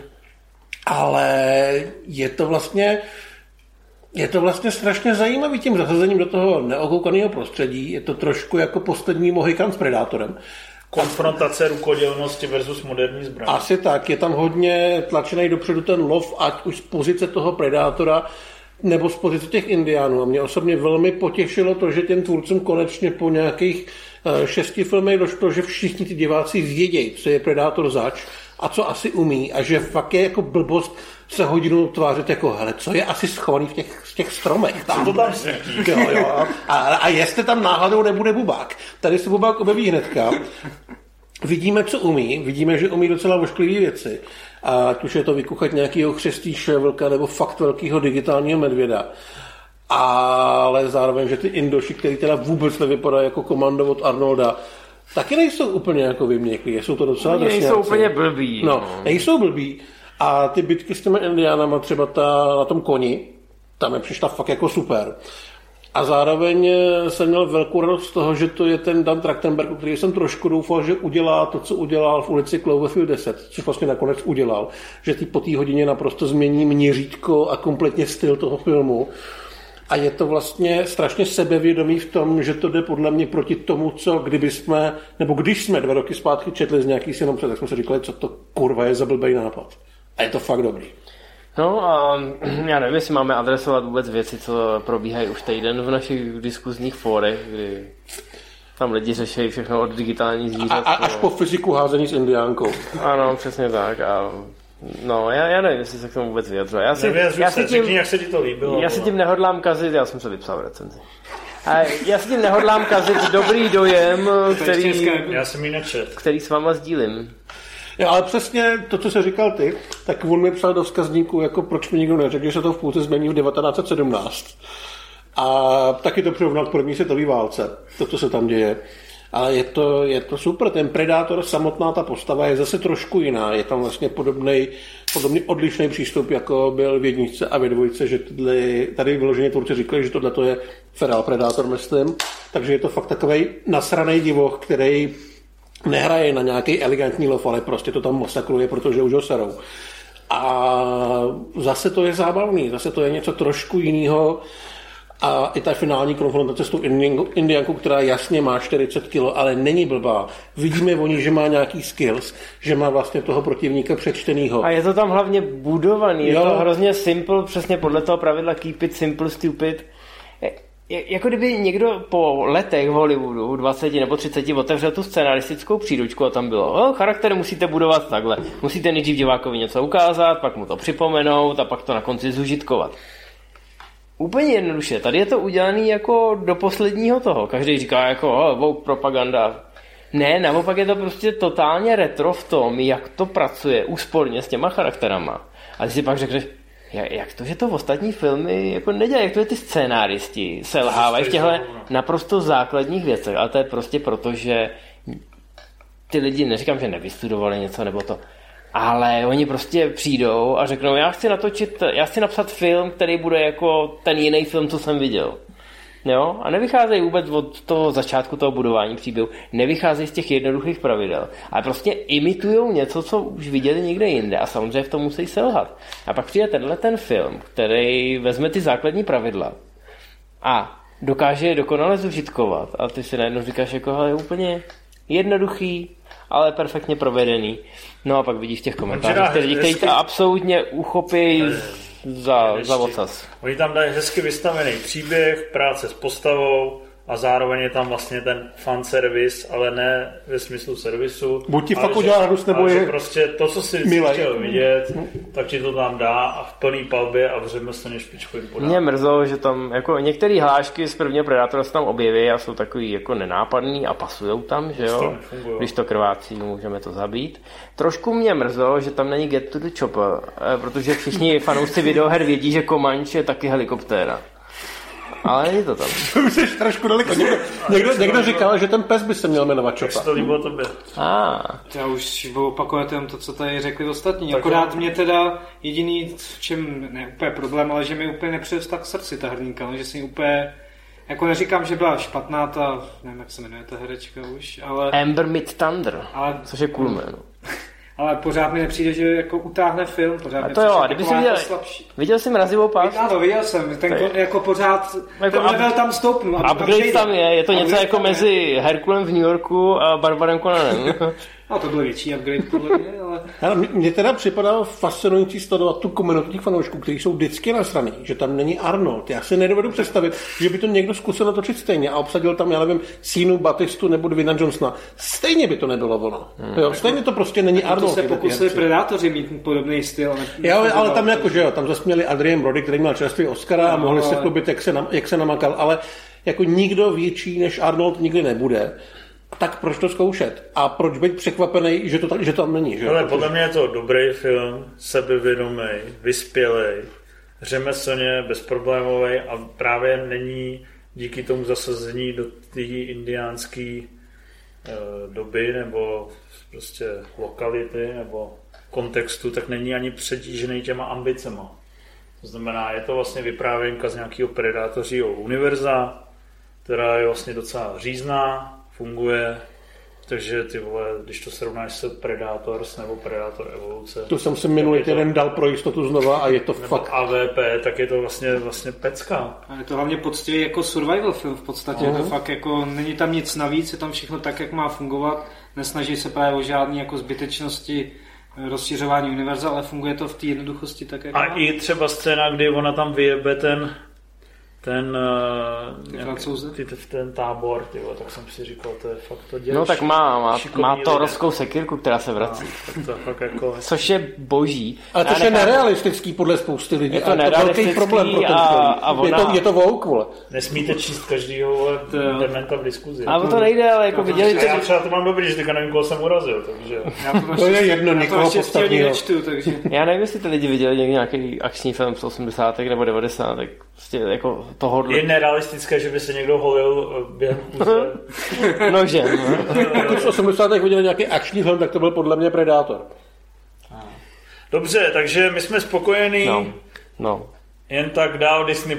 C: Ale je to vlastně strašně zajímavý tím zasazením do toho neokoukaného prostředí. Je to trošku jako poslední Mohikan s Predátorem.
A: Konfrontace rukodělnosti versus moderní zbraň.
C: Asi tak, je tam hodně tlačený dopředu ten lov, ať už z pozice toho Predátora, nebo z pozice těch Indiánů. A mě osobně velmi potěšilo to, že těm tvůrcům konečně po nějakých 6 filmech došlo, že všichni ty diváci vědějí, co je Predátor zač a co asi umí a že fakt je jako blbost se hodinu tvářit jako, hele, co je asi schovaný v těch stromech. Tam.
A: Co to tam svítí?
C: Jo. A jestli tam náhodou nebude bubák. Tady se bubák objeví hnedka. Vidíme, co umí. Vidíme, že umí docela ošklivé věci. A ať už je to vykuchat nějakého chřestíše vlka nebo fakt velkého digitálního medvěda. Ale zároveň, že ty Indoši, který teda vůbec nevypadají jako komando od Arnolda, taky nejsou úplně jako vyměklí. Jsou to docela drsňáci.
B: Nejsou úplně blbí.
C: No, nejsou blbí. A ty bitky s těmi Indiánama, třeba na tom koni, tam je přišla fakt jako super. A zároveň jsem měl velkou radost z toho, že to je ten Dan Trachtenberg, který jsem trošku doufal, že udělá to, co udělal v ulici Cloverfield 10, což vlastně nakonec udělal. Že po té hodině naprosto změní měřítko a kompletně styl toho filmu. A je to vlastně strašně sebevědomý v tom, že to jde podle mě proti tomu, co když jsme 2 roky zpátky četli z nějaký synopsis, tak jsme si říkali, co to kurva je za blbej nápad. A je to fakt dobrý.
B: No a já nevím, jestli máme adresovat vůbec věci, co probíhají už týden v našich diskuzních fórech, kdy tam lidi řeší všechno od digitální zvířat.
C: Až po fyziku házení s indiánkou.
B: Ano, přesně tak. No, já nevím, jestli se k tomu vůbec vyjadřuje.
A: Jak se ti to líbilo.
B: Já si tím nehodlám kazit, já jsem se vypsal v recenzi. A já si tím nehodlám kazit dobrý dojem, který s váma sdílím.
C: Jo, ale přesně to, co jsi říkal ty, tak on mi psal do vzkazníku, jako proč mi nikdo neřekl, že se to v půlce změní v 1917. A taky to přirovnal k první světové válce, to, co se tam děje. Ale je to super, ten Predátor, samotná ta postava je zase trošku jiná. Je tam vlastně podobný odlišný přístup, jako byl v 1 a ve 2, že tady vyloženě tvůrci říkali, že tohle je Feral Predátor, myslím. Takže je to fakt takovej nasranej divoch, který nehraje na nějaký elegantní lov, ale prostě to tam masakruje, protože už ho serou. A zase to je zábavný, zase to je něco trošku jiného. A i ta finální konfrontace s tou Indiánkou, která jasně má 40 kg, ale není blbá. Vidíme o ní, že má nějaký skills, že má vlastně toho protivníka přečtenýho.
B: A je to tam hlavně budovaný, je to hrozně simple, přesně podle toho pravidla keep it simple, stupid. jako kdyby někdo po letech v Hollywoodu, 20 nebo 30, otevřel tu scenaristickou příručku a tam bylo, charaktery musíte budovat takhle. Musíte nejdřív divákovi něco ukázat, pak mu to připomenout a pak to na konci zužitkovat. Úplně jednoduše. Tady je to udělané jako do posledního toho. Každý říká jako woke propaganda. Ne, naopak je to prostě totálně retro v tom, jak to pracuje úsporně s těma charakterama. A ty si pak řekneš, jak to, že to v ostatní filmy jako nedělají, jak to, že ty scénáristi selhávají v těchto naprosto základních věcech. Ale to je prostě proto, že ty lidi, neříkám, že nevystudovali něco nebo to, ale oni prostě přijdou a řeknou, já chci napsat film, který bude jako ten jiný film, co jsem viděl. Jo? A nevycházejí vůbec od toho začátku toho budování příběhu, nevycházejí z těch jednoduchých pravidel, ale prostě imitujou něco, co už viděli někde jinde a samozřejmě v tom musí selhat. A pak přijde ten film, který vezme ty základní pravidla a dokáže je dokonale zužitkovat a ty si najednou říkáš, jako je úplně jednoduchý, ale perfektně provedený. No a pak vidíš v těch komentářích, kteří to absolutně uchopí za ocas.
A: Oni tam dají hezky vystavený příběh, práce s postavou a zároveň je tam vlastně ten fanservice, ale ne ve smyslu servisu.
C: Buď ti fakt udělá radost, nebo je
A: prostě to, co si chtěl vidět, tak ti to tam dá a v plný palbě a v řemeslně špičkovým podání.
B: Mě mrzelo, že tam jako některé hlášky z prvního Predátora se tam objeví a jsou takový jako nenápadný a pasujou tam, že jo? Když to krvácí, můžeme to zabít. Trošku mě mrzelo, že tam není Get to the Chopper, protože všichni fanoušci videoher vědí, že Comanche je taky helikoptéra. Ale není to tam.
C: To už jsi trošku daleko. Někdo říkal, že ten pes by se měl jmenovat Chopper.
A: Jak se to líbilo tobě?
D: Já už budu opakovat jenom to, co tady řekli ostatní. Tak akorát mě teda jediný, v čem ne úplně problém, ale že mi úplně nepřijde vztah k srdci ta hrdinka, no, že si úplně, jako neříkám, že byla špatná ta, nevím, jak se jmenuje ta herečka už, ale...
B: Amber Mid-Thunder, což je cool jméno.
D: Ale pořád mi nepřijde, že jako utáhne film, pořád
B: to jo, a kdyby si viděl jsi Mrazivou past?
D: Ano, viděl jsem, ten jako pořád, jako ten level tam stoupnul.
B: Upgrade tam je to něco jako mezi Herkulem v New Yorku a Barbarem Conanem.
D: No to byl větší upgrade podle mě, ale...
C: Mně teda připadalo fascinující sledovat tu komunitu těch fanoušků, kteří jsou vždycky nasraný, že tam není Arnold. Já si nedovedu představit, že by to někdo zkusil natočit stejně a obsadil tam, já nevím, Seanu Batistu nebo Dwayna Johnsona. Stejně by to nebylo ono. Jo, stejně to prostě není Arnold.
D: To se pokusili Predátoři mít podobný styl.
C: Ale tam jako, že jo, tam zase měli Adrien Brody, který měl čerstvý Oscara a mohli se chlubit, jak se namakal, ale jako nikdo větší než Arnold nikdy nebude. Tak proč to zkoušet? A proč být překvapený, že to tam není? Že?
A: Ale podle mě je to dobrý film, sebevědomý, vyspělej, řemeslně, bezproblémový a právě není díky tomu zasazení do té indiánské doby nebo prostě lokality nebo kontextu, tak není ani přetížený těma ambicema. To znamená, je to vlastně vyprávěnka z nějakého predátořího univerza, která je vlastně docela řízná, funguje, takže ty vole, když to srovnáš s Predators nebo Predator Evoluce.
C: To jsem si minulý týden dal pro jistotu znova a je to fakt...
A: AVP, tak je to vlastně pecka.
D: A je to hlavně poctivý jako survival film v podstatě, to fakt jako není tam nic navíc, je tam všechno tak, jak má fungovat, nesnaží se právě o žádný jako zbytečnosti rozšiřování univerza, ale funguje to v té jednoduchosti tak, jak
A: a
D: má.
A: I třeba scéna, kdy ona tam vyjebe ten tábor, tak jsem si říkal, to je fakt to dělá.
B: No tak má torovskou sekírku, která se vrací.
A: No, to fakt jako...
B: Což je boží.
C: Ale to je nerealistický podle spousty lidí.
B: Je to nerealistický
C: velký problém pro ten film. Je to woke, vole.
A: Nesmíte číst každýho dementa v diskuzi.
B: Ale to nejde, ale jako viděli
A: to... Já třeba to mám dobrý, že teďka nevím, koho jsem urazil, takže...
C: To je jedno, někoho podstatného.
B: Já nevím, jestli ty lidi viděli nějaký akční film z 80. nebo 90. Prostě jako tohohle.
A: Je nerealistické, že by se někdo holil během kůze.
B: Nože.
C: Pokud v 80. viděli nějaký akční film, tak to byl podle mě Predátor.
A: Dobře, takže my jsme spokojení.
B: No.
A: Jen tak dál Disney+.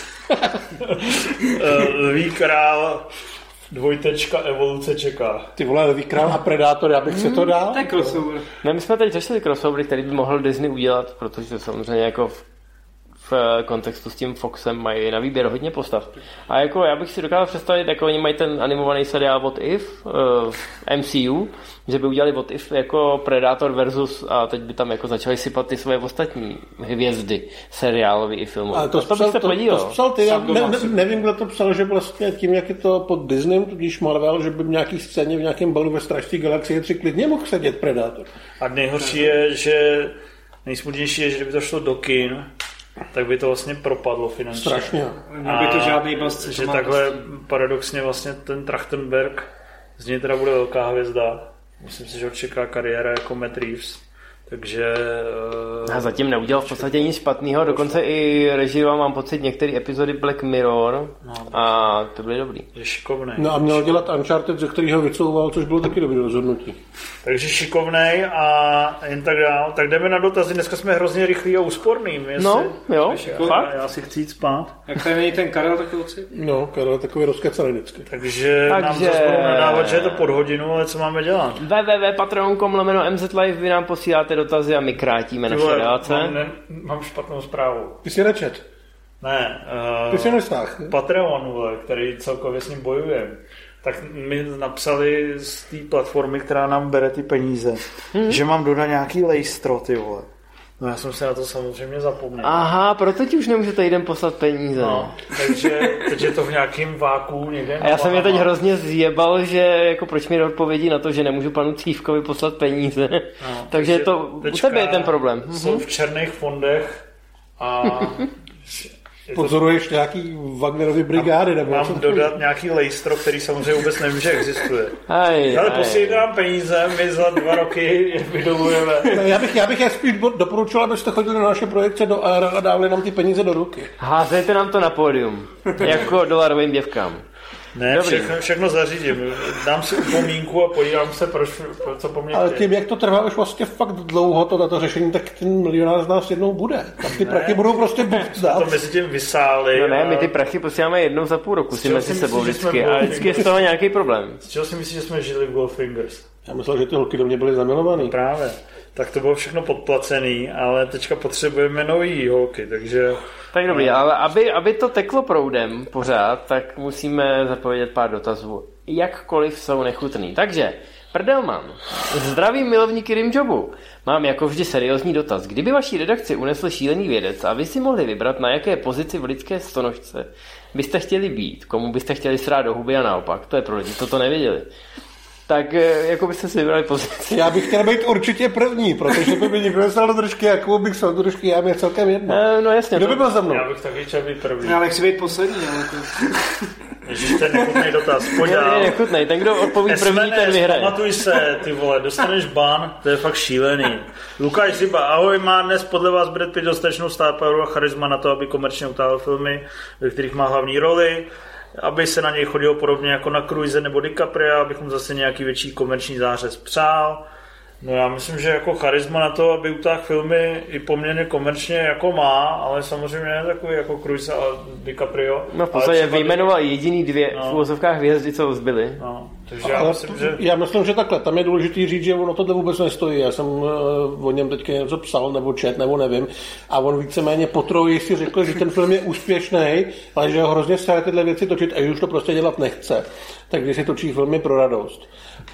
A: Lví král, Evoluce čeká.
C: Ty vole, Lví král a Predátor, já bych se to dal.
D: To je crossover.
B: My jsme tady řešili crossovery, který by mohl Disney udělat, protože samozřejmě jako v kontextu s tím Foxem mají na výběr hodně postav. A jako já bych si dokázal představit, jako oni mají ten animovaný seriál What If v MCU, že by udělali What If jako Predator versus a teď by tam jako začali sypat ty svoje ostatní hvězdy seriálový i filmový.
C: Ale to bych se podíval. To psal ty, nevím, kdo to psal, že vlastně tím, jak je to pod Disneym, tudíž Marvel, že by v nějaký scéně v nějakém balu ve Strážcí galaxie 3 klidně mohl sedět Predator.
A: A nejhorší je, že nejsmutnější je, že kdyby to šlo do kin, tak by to vlastně propadlo finančně.
C: Strašně.
D: Nebyl by to žádný bast.
A: Že takhle paradoxně vlastně ten Trachtenberg z něj teda bude velká hvězda. Myslím si, že ho čeká kariéra jako Matt Reeves. Takže...
B: A zatím neudělal v podstatě nic špatného, dokonce i režíroval, mám pocit, některé epizody Black Mirror a to byly dobrý.
A: Je šikovnej.
C: No a měl dělat Uncharted, ze kterého vycouval, což bylo taky dobrý rozhodnutí.
A: Takže šikovnej a jen tak dál. Tak jdeme na dotazy, dneska jsme hrozně rychlí a úsporný.
B: No, jo, fakt.
A: Já si chci jít spát.
D: Jak tady není ten Karel, tak to chci.
C: No, Karel takový rozkecaný vždycky.
A: Takže nám zase budou nadávat, že je to pod hodinu, ale co máme dělat?
B: www.patreon.com/MZLive vy nám posíláte dotazy a my krátíme naše relace.
A: Mám špatnou zprávu.
C: Ty jsi nečet.
A: Ne.
C: Ty jsi nestáh.
A: Patreon, který celkově s ním bojujeme. Tak mi napsali z té platformy, která nám bere ty peníze, že mám dodat nějaký lejstro, ty vole. No já jsem se na to samozřejmě zapomněl.
B: Aha, proto ti už nemůžete jeden poslat peníze.
A: No, takže teď je to v nějakým váku někde.
B: A já jsem je teď hrozně zjebal, že jako proč mi odpovědí na to, že nemůžu panu Cívkovi poslat peníze. No, takže to u tebe je ten problém.
A: Jsou v černých fondech a...
C: Pozoruješ nějaký Wagnerovy brigády? Nebo
A: mám dodat nějaký lejstro, který samozřejmě vůbec nevím, že existuje. Ale posílejte nám peníze, my za 2 roky je vydolujeme.
C: No, já bych je spíš doporučil, abyste chodili na naše projekce do ARA a dávali nám ty peníze do ruky.
B: Házejte nám to na pódium, jako dolarovým děvkám.
A: Ne, všechno zařídím. Dám si upomínku a podívám se, co po mně
C: ale tím, jak to trvá už vlastně fakt dlouho, to řešení, tak ten milionář z nás jednou bude. Tak ty prachy budou prostě
A: to mezi tím vysáli.
B: No ne, my ty prachy posíláme jednou za půl roku si mezi sebou vždycky a vždycky je z toho nějaký problém.
A: Z čeho si myslíš, že jsme žili v Goldfingers?
C: Já myslel, že ty holky do mě byly zamilovaný.
A: Právě. Tak to bylo všechno podplacený, ale teďka potřebujeme nový holky, takže...
B: Tak dobrý, ale aby to teklo proudem pořád, tak musíme zapovědět pár dotazů. Jakkoliv jsou nechutný. Takže, Prdelman, zdravím milovníky Rimjobu. Mám jako vždy seriózní dotaz. Kdyby vaší redakci unesl šílený vědec a vy si mohli vybrat, na jaké pozici v lidské stonožce byste chtěli být, komu byste chtěli srát do huby a naopak, to je pro lidi, to nevěděli. Tak jako byste si vybrali pozici.
C: Já bych chtěl být určitě první, protože by mi někdo nestal do držky, jakou bych šel do držky, já mě celkem jedno.
B: No jasně.
C: Kdo by byl za mnou?
A: Já bych taky chtěl být první.
D: Já nechci být poslední, ale to...
A: Ježiš, to je nechutný dotaz, pojď dál.
B: Je nechutný, ten, kdo odpoví první, ten vyhraje.
A: Pamatuj se, ty vole, dostaneš ban, to je fakt šílený. Lukáš Ziba, ahoj, má dnes podle vás Brad Pitt dostatečnou star power a charisma na to, aby komerčně utáhl filmy, ve kterých má hlavní roli, aby se na něj chodilo podobně jako na Cruise nebo DiCaprio, abych mu zase nějaký větší komerční zářez přál. No já myslím, že jako charisma na to, aby utáhl filmy i poměrně komerčně jako má, ale samozřejmě ne takový jako Cruise a DiCaprio.
B: No v podstatě vyjmenoval jediný 2 v úvozovkách hvězdy, co zbyly.
A: No, takže
C: já myslím, že takhle, tam je důležitý říct, že ono tohle vůbec nestojí. Já jsem o něm teďka něco psal, nebo čet, nebo nevím. A on víceméně po troji si řekl, že ten film je úspěšný, ale že ho hrozně chce tyhle věci točit a že už to prostě dělat nechce. Tak když si točí filmy pro radost.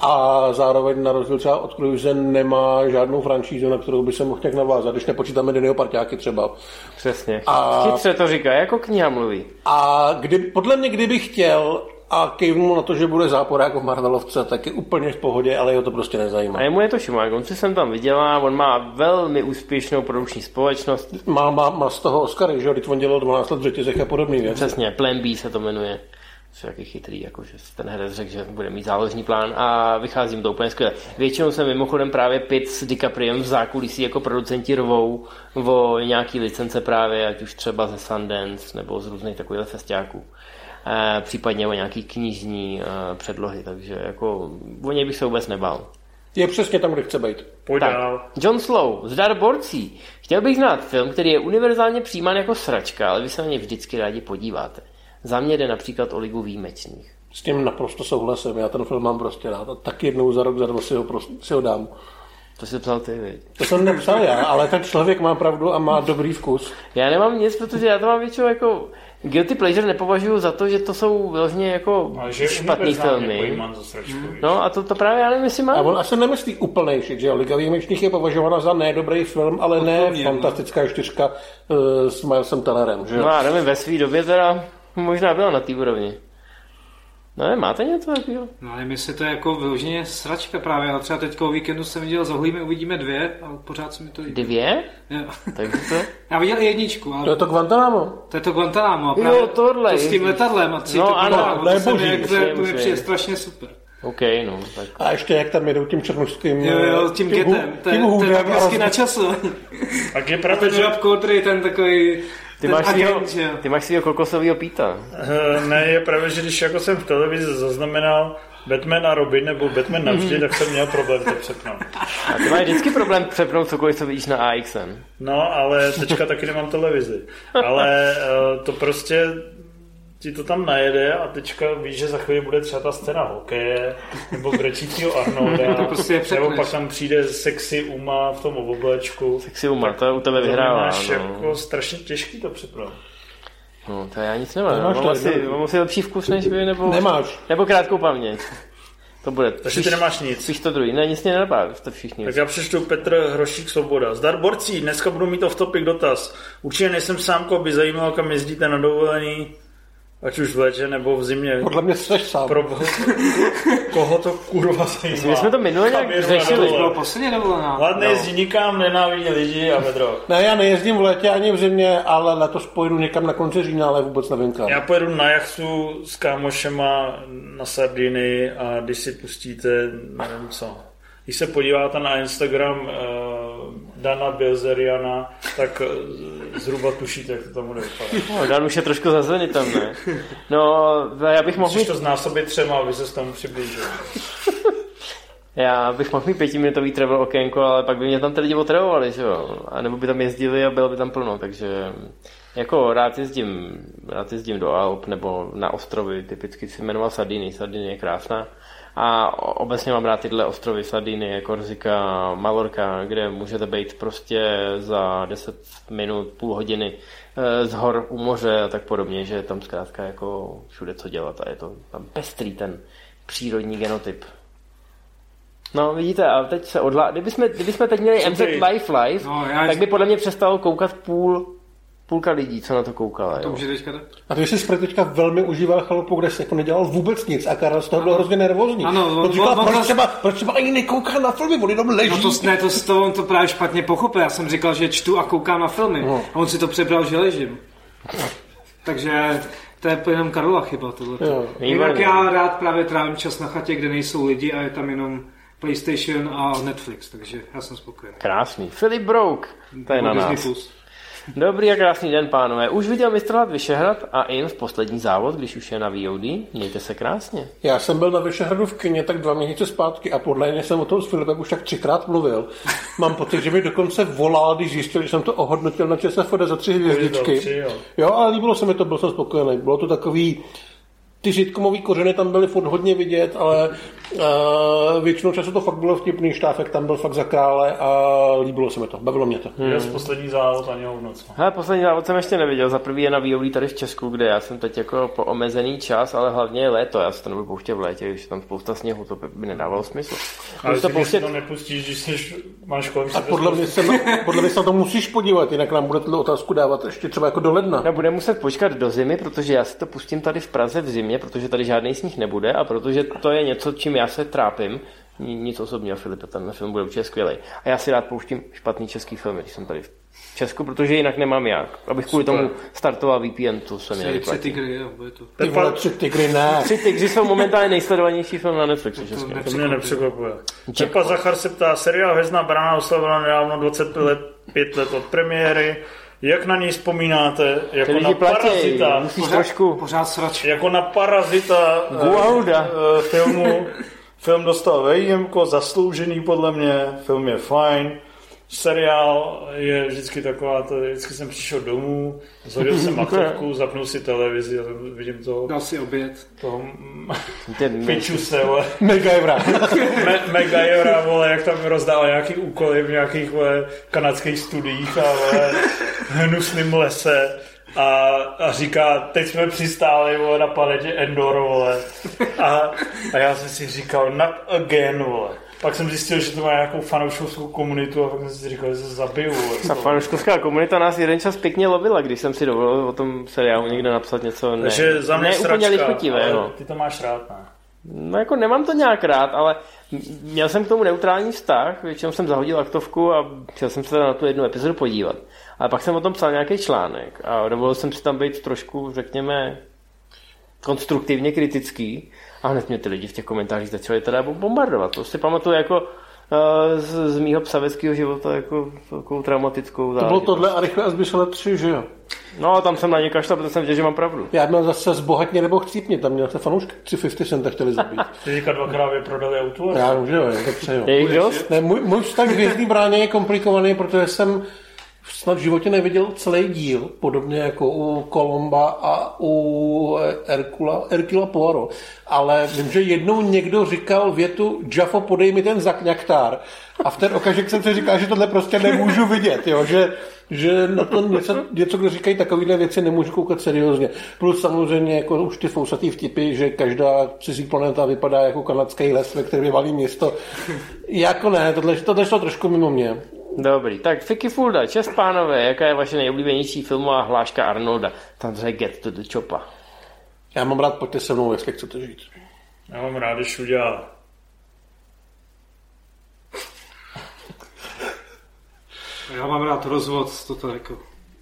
C: A zároveň na rozdíl třeba od Cruise nemá žádnou franšízu, na kterou by se mohl nějak navázat, když nepočítáme Dennyho parťáky třeba.
B: Přesně. Chytře to říká, jako kniha mluví.
C: A podle mě, kdyby chtěl a kejvnu na to, že bude zápor jako v Marvelovce, tak je úplně v pohodě, ale jeho to prostě nezajímá.
B: A jemu je to šumák, on si sem tam vydělá, on má velmi úspěšnou produkční společnost.
C: Má z toho Oscary, že jo, když on dělal 12 let v řetězech a podobný věc.
B: Přesně, Plan B se to jmenuje. To je taky chytrý, jakože ten herec řekl, že bude mít záložní plán a vycházím to úplně skvěle. Většinou se mimochodem právě Pitt s DiCapriem v zákulisí jako producenti rovou o nějaký licence právě, ať už třeba ze Sundance nebo z různých takových festiáků. Případně o nějaký knižní předlohy, takže jako o něj bych se vůbec nebál.
C: Je přesně tam, kde chce být.
A: Pojď dál.
B: John Slow, zdar borcí. Chtěl bych znát film, který je univerzálně přijímán jako sračka, ale vy se na něj vždycky rádi podíváte. Za mě jde například o Ligu výjimečných.
C: S tím naprosto souhlasím, já ten film mám prostě rád a tak jednou za rok, za 2 si ho dám.
B: To jsi psal ty, viď?
C: To jsem nepsal já, ale ten člověk má pravdu a má dobrý vkus.
B: Já nemám nic, protože já to mám většinou jako... Guilty pleasure nepovažuji za to, že to jsou vyloženě jako špatný filmy. No a to právě já nevím, jestli mám.
C: A on asi nemyslí úplnej shit, že jo? Liga výjimečných je považována za nedobrý film, ale ne fantastická čtyřka s Milesem Tellerem, že jo?
B: No já nevím, ve své době teda možná byla na té úrovni. No máte něco takového?
D: No ale jestli to je jako vyloženě sračka právě, ale třeba teďka o víkendu jsem viděl Zohlíme uvidíme 2, ale pořád se mi to líbí.
B: 2?
D: Jo.
B: Takže to?
D: Já viděl i 1, ale...
C: To je to Guantanamo?
D: To je to Guantanamo a právě
B: jo, tohle,
D: to s tím letadlem a
B: no, ano,
C: to je boží.
D: To mi přijde strašně super.
B: OK, no. Tak.
C: A ještě jak tam jedou tím černošským...
D: Jo, tím getem. To je hezky načasovaný.
A: Tak je pravda,
D: že... Job Coulter, ten takový...
B: Ty máš svýho kokosovýho píta.
A: Ne, je pravda, že když jako jsem v televizi zaznamenal Batman a Robin nebo Batman navždy, tak jsem měl problém to přepnout.
B: A ty máš vždycky problém přepnout cokoliv, co vidíš na AXN.
A: No, ale teďka taky nemám televizi. Ale to prostě ti to tam najede a teďka víš, že za chvíli bude třeba ta scéna hokeje nebo brečícího Arnolda,
D: prostě
A: nebo pak tam přijde sexy Uma v tom oblečku.
B: Sexy Uma, to u tebe vyhrává.
A: To máš jako strašně těžký to přepnout.
B: No, to já nic nemám. Mám asi lepší vkus než vy, nebo...
C: Nemáš.
B: Nebo krátkou paměť. To bude.
A: Takže ty nemáš nic.
B: Spíš to druhý. Ne, nic mě nenapadá, jste všichni.
A: Tak já přečtu Petr Hrošík Svoboda. Zdar borcí, dneska budu mít off-topic dotaz. Určitě nejsem sám, koho by zajímalo, kam jezdíte na dovolený, ať už v létě nebo v zimě.
C: Podle mě jsi sám.
A: Koho to kurva zajímá?
B: My jsme to minule nějak řešili.
D: Bylo posledně dovolená.
A: Hladný jezdí nikam, nenávidí lidi a vedro.
C: Ne, já nejezdím v létě ani v zimě, ale letos pojedu někam na konci října, ale vůbec nevím kam.
A: Já pojedu na jachtu s kámošema na Sardinii a když si pustíte, nevím co. Když se podíváte na Instagram Dana Bilzeriana, tak zhruba tušíte, jak to tam bude vypadat.
B: No, Dan už je trošku zazený tam, ne? No, já bych mohl
A: mít... to znásobit 3, aby se s tomu přiblížil.
B: Já bych mohl mít 5minutový travel okénko, ale pak by mě tam ty lidi otravovali, že jo? A nebo by tam jezdili a bylo by tam plno, takže jako rád jezdím do Alp nebo na ostrovy, typicky si jmenoval Sardiny. Sardinie je krásná. A obecně mám rád tyhle ostrovy Sardinie, Korsika, Malorka, kde můžete být prostě za 10 minut, půl hodiny z hor u moře a tak podobně, že je tam zkrátka jako všude co dělat a je to tam pestrý ten přírodní genotyp. No vidíte, a teď se kdybychom teď měli MZ Live, tak by podle mě přestalo koukat půlka lidí, co na to koukala.
D: To může teďka tak?
C: A ty jsi teďka velmi užíval chalupu, kde jsi jako nedělal vůbec nic a Karel z toho byl hrozně nervózní.
D: Ano,
C: proč třeba ani nekouká na filmy, on jenom leží.
D: No on to právě špatně pochopil. Já jsem říkal, že čtu a koukám na filmy. No. A on si to přebral, že ležím. Takže to je jenom Karlova chyba tohle. Jinak já rád právě trávím čas na chatě, kde nejsou lidi a je tam jenom PlayStation a Netflix, takže já jsem spokojený.
B: Krásný. Filip Brouk, to je na nás. Dobrý a krásný den, pánové. Už viděl Mistr hlad Vyšehrad a In v poslední závod, když už je na VOD. Mějte se krásně.
C: Já jsem byl na Vyšehradu v kině tak 2 měsíce zpátky a podle mě jsem o tom s Filipem už tak 3krát mluvil. Mám pocit, že mi dokonce volal, když zjistil, že jsem to ohodnotil na ČSFD za 3 hvězdičky. Jo, ale líbilo se mi to, byl jsem spokojený. Bylo to takový... Ty sitcomový kořeny tam byly furt hodně vidět, ale většinou času to fakt bylo vtipný, Štáfek tam byl fakt za krále a líbilo se mi to, bavilo mě to.
A: Z poslední závod ani hovnoc.
B: Hele, poslední závod jsem ještě neviděl, za prvý je na VOD tady v Česku, kde já jsem teď jako po omezený čas, ale hlavně je léto, já se to nebudu pouštět v létě, když je tam spousta sněhu, to by nedávalo smysl.
A: Ale to pouštět... to nepustíš, když máš kolem
C: sebe. A podle mě se na to musíš podívat, jinak nám bude tuto otázku dávat ještě třeba jako do ledna.
B: Já bude muset počkat do zimy, protože já si to pustím tady v Praze v zimě, protože tady žádný sníh nebude a protože to je něco, čím já se trápím. Nic osobního, Filipe, ten film bude určitě skvělý. A já si rád pouštím špatný český film, když jsem tady v Česku, protože jinak nemám jak. Abych kvůli tomu startoval VPN, to se mi nevyplatí.
D: 3 tygry, jo, bude to.
C: Ty vole, 3 tygry, ne.
B: 3 tygři jsou momentálně nejsledovanější film na Netflixu.
A: To mě nepřekvapuje. Čepa Zachar se ptá, seriál Hvězdná brána oslavila nedávno 25 let od premiéry. Jak na něj vzpomínáte? Jako na Parazita.
D: Pořád srač.
A: Jako na Parazita filmu. Film dostal VIMko, zasloužený podle mě. Film je fajn. seriál je vždycky taková, vždycky jsem přišel domů, zhodil jsem aktovku, zapnul si televizi a vidím toho...
D: Dal si oběd.
A: Toho piču se, vole.
C: MacGyvera,
A: vole, jak tam rozdává nějaký úkoly v nějakých, vole, kanadských studiích a, vole, hnusným lese. A říká, teď jsme přistáli, vole, na planetě Endor, vole. A já jsem si říkal, not again, vole. Pak jsem zjistil, že to má nějakou fanouškovskou komunitu a pak jsem si říkal, že se zabiju.
B: Ta fanouškovská komunita nás jeden čas pěkně lovila, když jsem si dovolil o tom seriálu někde napsat něco
A: Takže za mě
B: úplně lichotivého.
A: Ty to máš rád, ne?
B: No jako nemám to nějak rád, ale měl jsem k tomu neutrální vztah, většinou jsem zahodil aktovku a chtěl jsem se na tu jednu epizodu podívat. Ale pak jsem o tom psal nějaký článek a dovolil jsem si tam být trošku, řekněme, konstruktivně kritický a hned mě ty lidi v těch komentářích začali teda bombardovat. To si pamatuju jako z mýho psaveckého života jako takovou traumatickou záležitost.
C: To bylo tohle a rychle a zbyšele 3, že jo?
B: No, tam jsem na ně kašlal, protože jsem viděl, že mám pravdu.
C: Já měl zase zbohatně nebo chcípně, tam měl se fanoušky 50 centa chtěli zabít.
A: Ty říká 2 krávy prodali auto?
C: Já vím, že jo, je to přejo.
B: Je jich dost?
C: Ne, můj vztah k Hvězdný bráně je komplikovaný, protože jsem snad v životě neviděl celý díl, podobně jako u Colomba a u Hercula Poirot. Ale vím, že jednou někdo říkal větu Jaffo, podej mi ten zakňaktár. A v ten okamžik jsem si říkal, že tohle prostě nemůžu vidět, jo? Že na to něco, kdo říkají takovýhle věci, nemůžu koukat seriózně. Plus samozřejmě jako už ty fousatý vtipy, že každá cizí planeta vypadá jako kanadský les, ve kterém je malý město. Jako ne, tohle šlo trošku mimo mě.
B: Dobrý, tak Fiky Fulda, čest pánové, jaká je vaše nejoblíbenější filmová hláška Arnolda? Tam to je Get to the Chopper.
C: Já mám rád, pojďte se mnou, jestli chcete žít.
A: Já mám rád, když udělá.
D: Já mám rád rozvod, toto jako.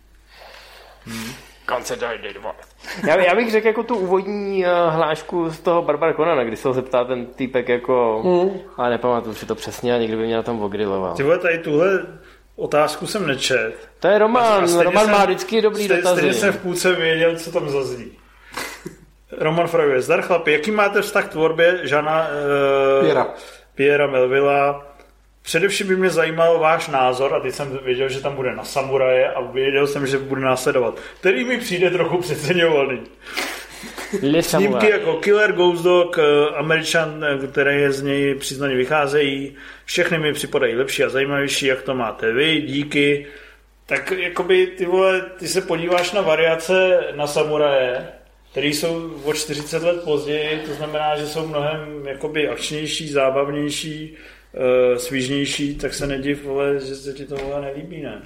B: Já bych řekl jako tu úvodní hlášku z toho Barbara Conana, kdy se ho zeptá ten týpek jako, ale nepamatuju si to přesně a někdo by mě na tom ogriloval.
A: Ty vole, tady tuhle otázku jsem nečet.
B: To je Roman, Roman má vždycky dobrý dotazy.
A: Stejně jsem v půlce věděl, co tam zazní. Roman Frajuje, zdar chlapi, jaký máte vztah k tvorbě Žana Piera Melvilla? Především by mě zajímal váš názor, a teď jsem věděl, že tam bude na samuraje a věděl jsem, že bude následovat, který mi přijde trochu přeceňovaný. Snímky jako Killer, Ghost Dog, Američan, které z něj přiznaně vycházejí, všechny mi připadají lepší a zajímavější, jak to máte vy, díky. Tak jakoby ty vole, ty se podíváš na variace na samuraje, které jsou o 40 let později, to znamená, že jsou mnohem jakoby akčnější, zábavnější, svížnější, tak se nediv, vole, že se ti to vole nelíbí, ne?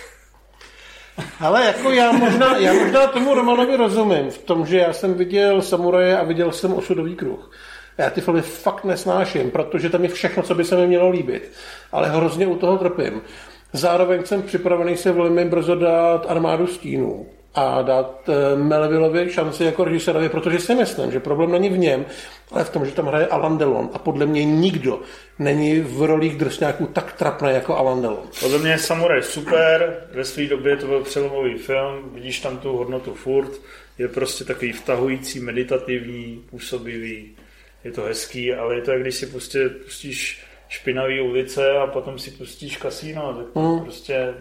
C: Ale jako já možná tomu Romanovi rozumím, v tom, že já jsem viděl Samuraje a viděl jsem Osudový kruh. Já ty filmy fakt nesnáším, protože tam je všechno, co by se mi mělo líbit. Ale hrozně u toho trpím. Zároveň jsem připravený se velmi brzo dát Armádu stínů a dát Melvillovi šanci jako režisérovi, protože si myslím, že problém není v něm, ale v tom, že tam hraje Alain Delon a podle mě nikdo není v rolích drsňáků tak trapný jako Alain Delon.
A: Podle mě je Samuraj super, ve své době to byl přelomový film, vidíš tam tu hodnotu furt, je prostě takový vtahující, meditativní, působivý, je to hezký, ale je to, jak když si pustíš Špinavý ulice a potom si pustíš Kasino, tak to prostě...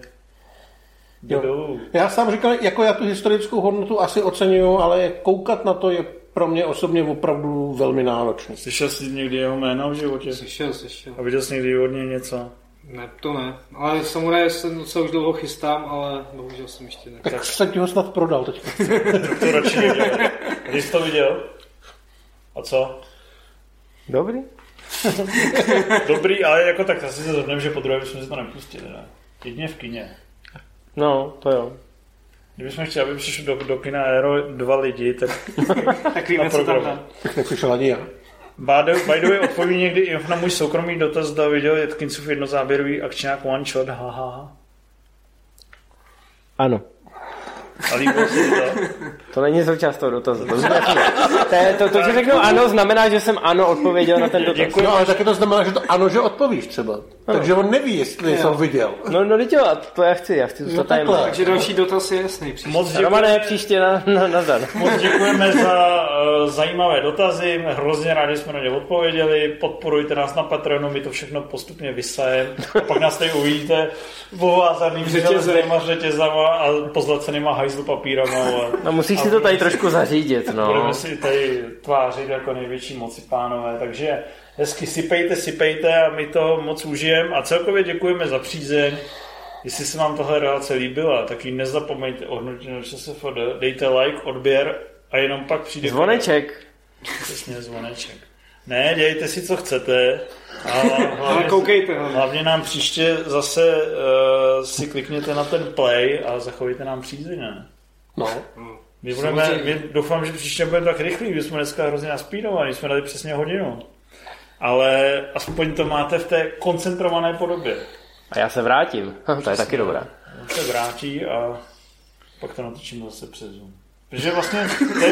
C: Já sám říkal, jako já tu historickou hodnotu asi oceňuju, ale koukat na to je pro mě osobně opravdu velmi náročné.
A: Slyšel jsi někdy jeho jméno v životě?
D: Slyšel.
A: A viděl jsi někdy od něj něco?
D: Ne, to ne. Ale Samuraje se docela už dlouho chystám, ale bohužel jsem ještě ne.
C: Tak se ti ho snad prodal teď.
A: Tak to radši nedělal. Když jsi to viděl? A co?
B: Dobrý.
A: Dobrý, ale jako tak asi se zhodneme, že po druhé bychom si to nepustili, ne? Jedině v kině. No,
B: to jo.
A: Kdybychom chtěli, aby přišli do kina Aero 2 lidi, tak
D: tak víme, co tam dá.
C: Tak nepřišel ani já.
A: By the way, odpoví někdy i na můj soukromý dotaz, zda viděl Atkinsův jednozáběrový akčňák One Shot, haha.
B: Ano.
A: A líbilo se to?
B: To není součást toho dotazu. To, že řeknu ano, znamená, že jsem ano odpověděl na ten dotaz.
C: Děkuji, ale taky to znamená, že to ano, že odpovíš třeba. Takže on neví, jestli jsem viděl.
B: No teď jo, to já chci zůstat tajemný.
D: Takže další dotaz je jasný.
B: Romane, příště na zdan.
A: Moc děkujeme za zajímavé dotazy, hrozně rádi jsme na ně odpověděli, podporujte nás na Patreonu, my to všechno postupně vysajeme a pak nás tady uvidíte povázaným řetězama a pozlacenýma hajzlu papírama.
B: No musíš si to tady trošku zařídit, no.
A: Budeme si tady tvářit jako největší moci pánové, takže hezky sypejte a my to moc užijeme a celkově děkujeme za přízeň. Jestli se vám tahle relace líbila, tak ji nezapomeňte ohodnotit na ČSFD, dejte like, odběr a jenom pak přijde...
B: Zvoneček.
A: Přesně, zvoneček. Ne, dějte si, co chcete.
D: Ale koukejte.
A: Hlavně nám příště zase si klikněte na ten play a zachovejte nám přízeň, ne?
C: No.
A: My doufám, že příště budeme tak rychlí, že jsme dneska hrozně naspídovaní, jsme dali přesně hodinu. Ale aspoň to máte v té koncentrované podobě.
B: A já se vrátím. To je taky dobré.
A: On se vrátí a pak to natočím zase přes Zoom. Protože vlastně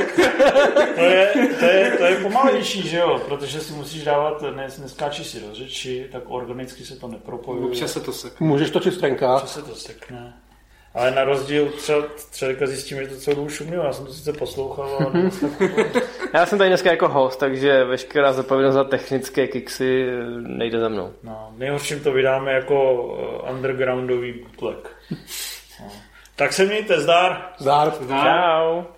A: to je pomalejší, že jo? Protože si musíš dávat, neskáčíš si do řeči, tak organicky se to nepropojuje.
D: Občas se to sekne.
C: Můžeš točit strenka.
A: Občas se to sekne. Ale na rozdíl třeba zjistím, že to celou dobu šumilo. Já jsem to sice poslouchal, ale
B: já jsem tady dneska jako host, takže veškerá zodpovědnost za technické kiksy nejde za mnou.
A: No, nejhorším to vydáme jako undergroundový bootleg. No. Tak se mějte, zdar!
C: Zdar.
B: Čau!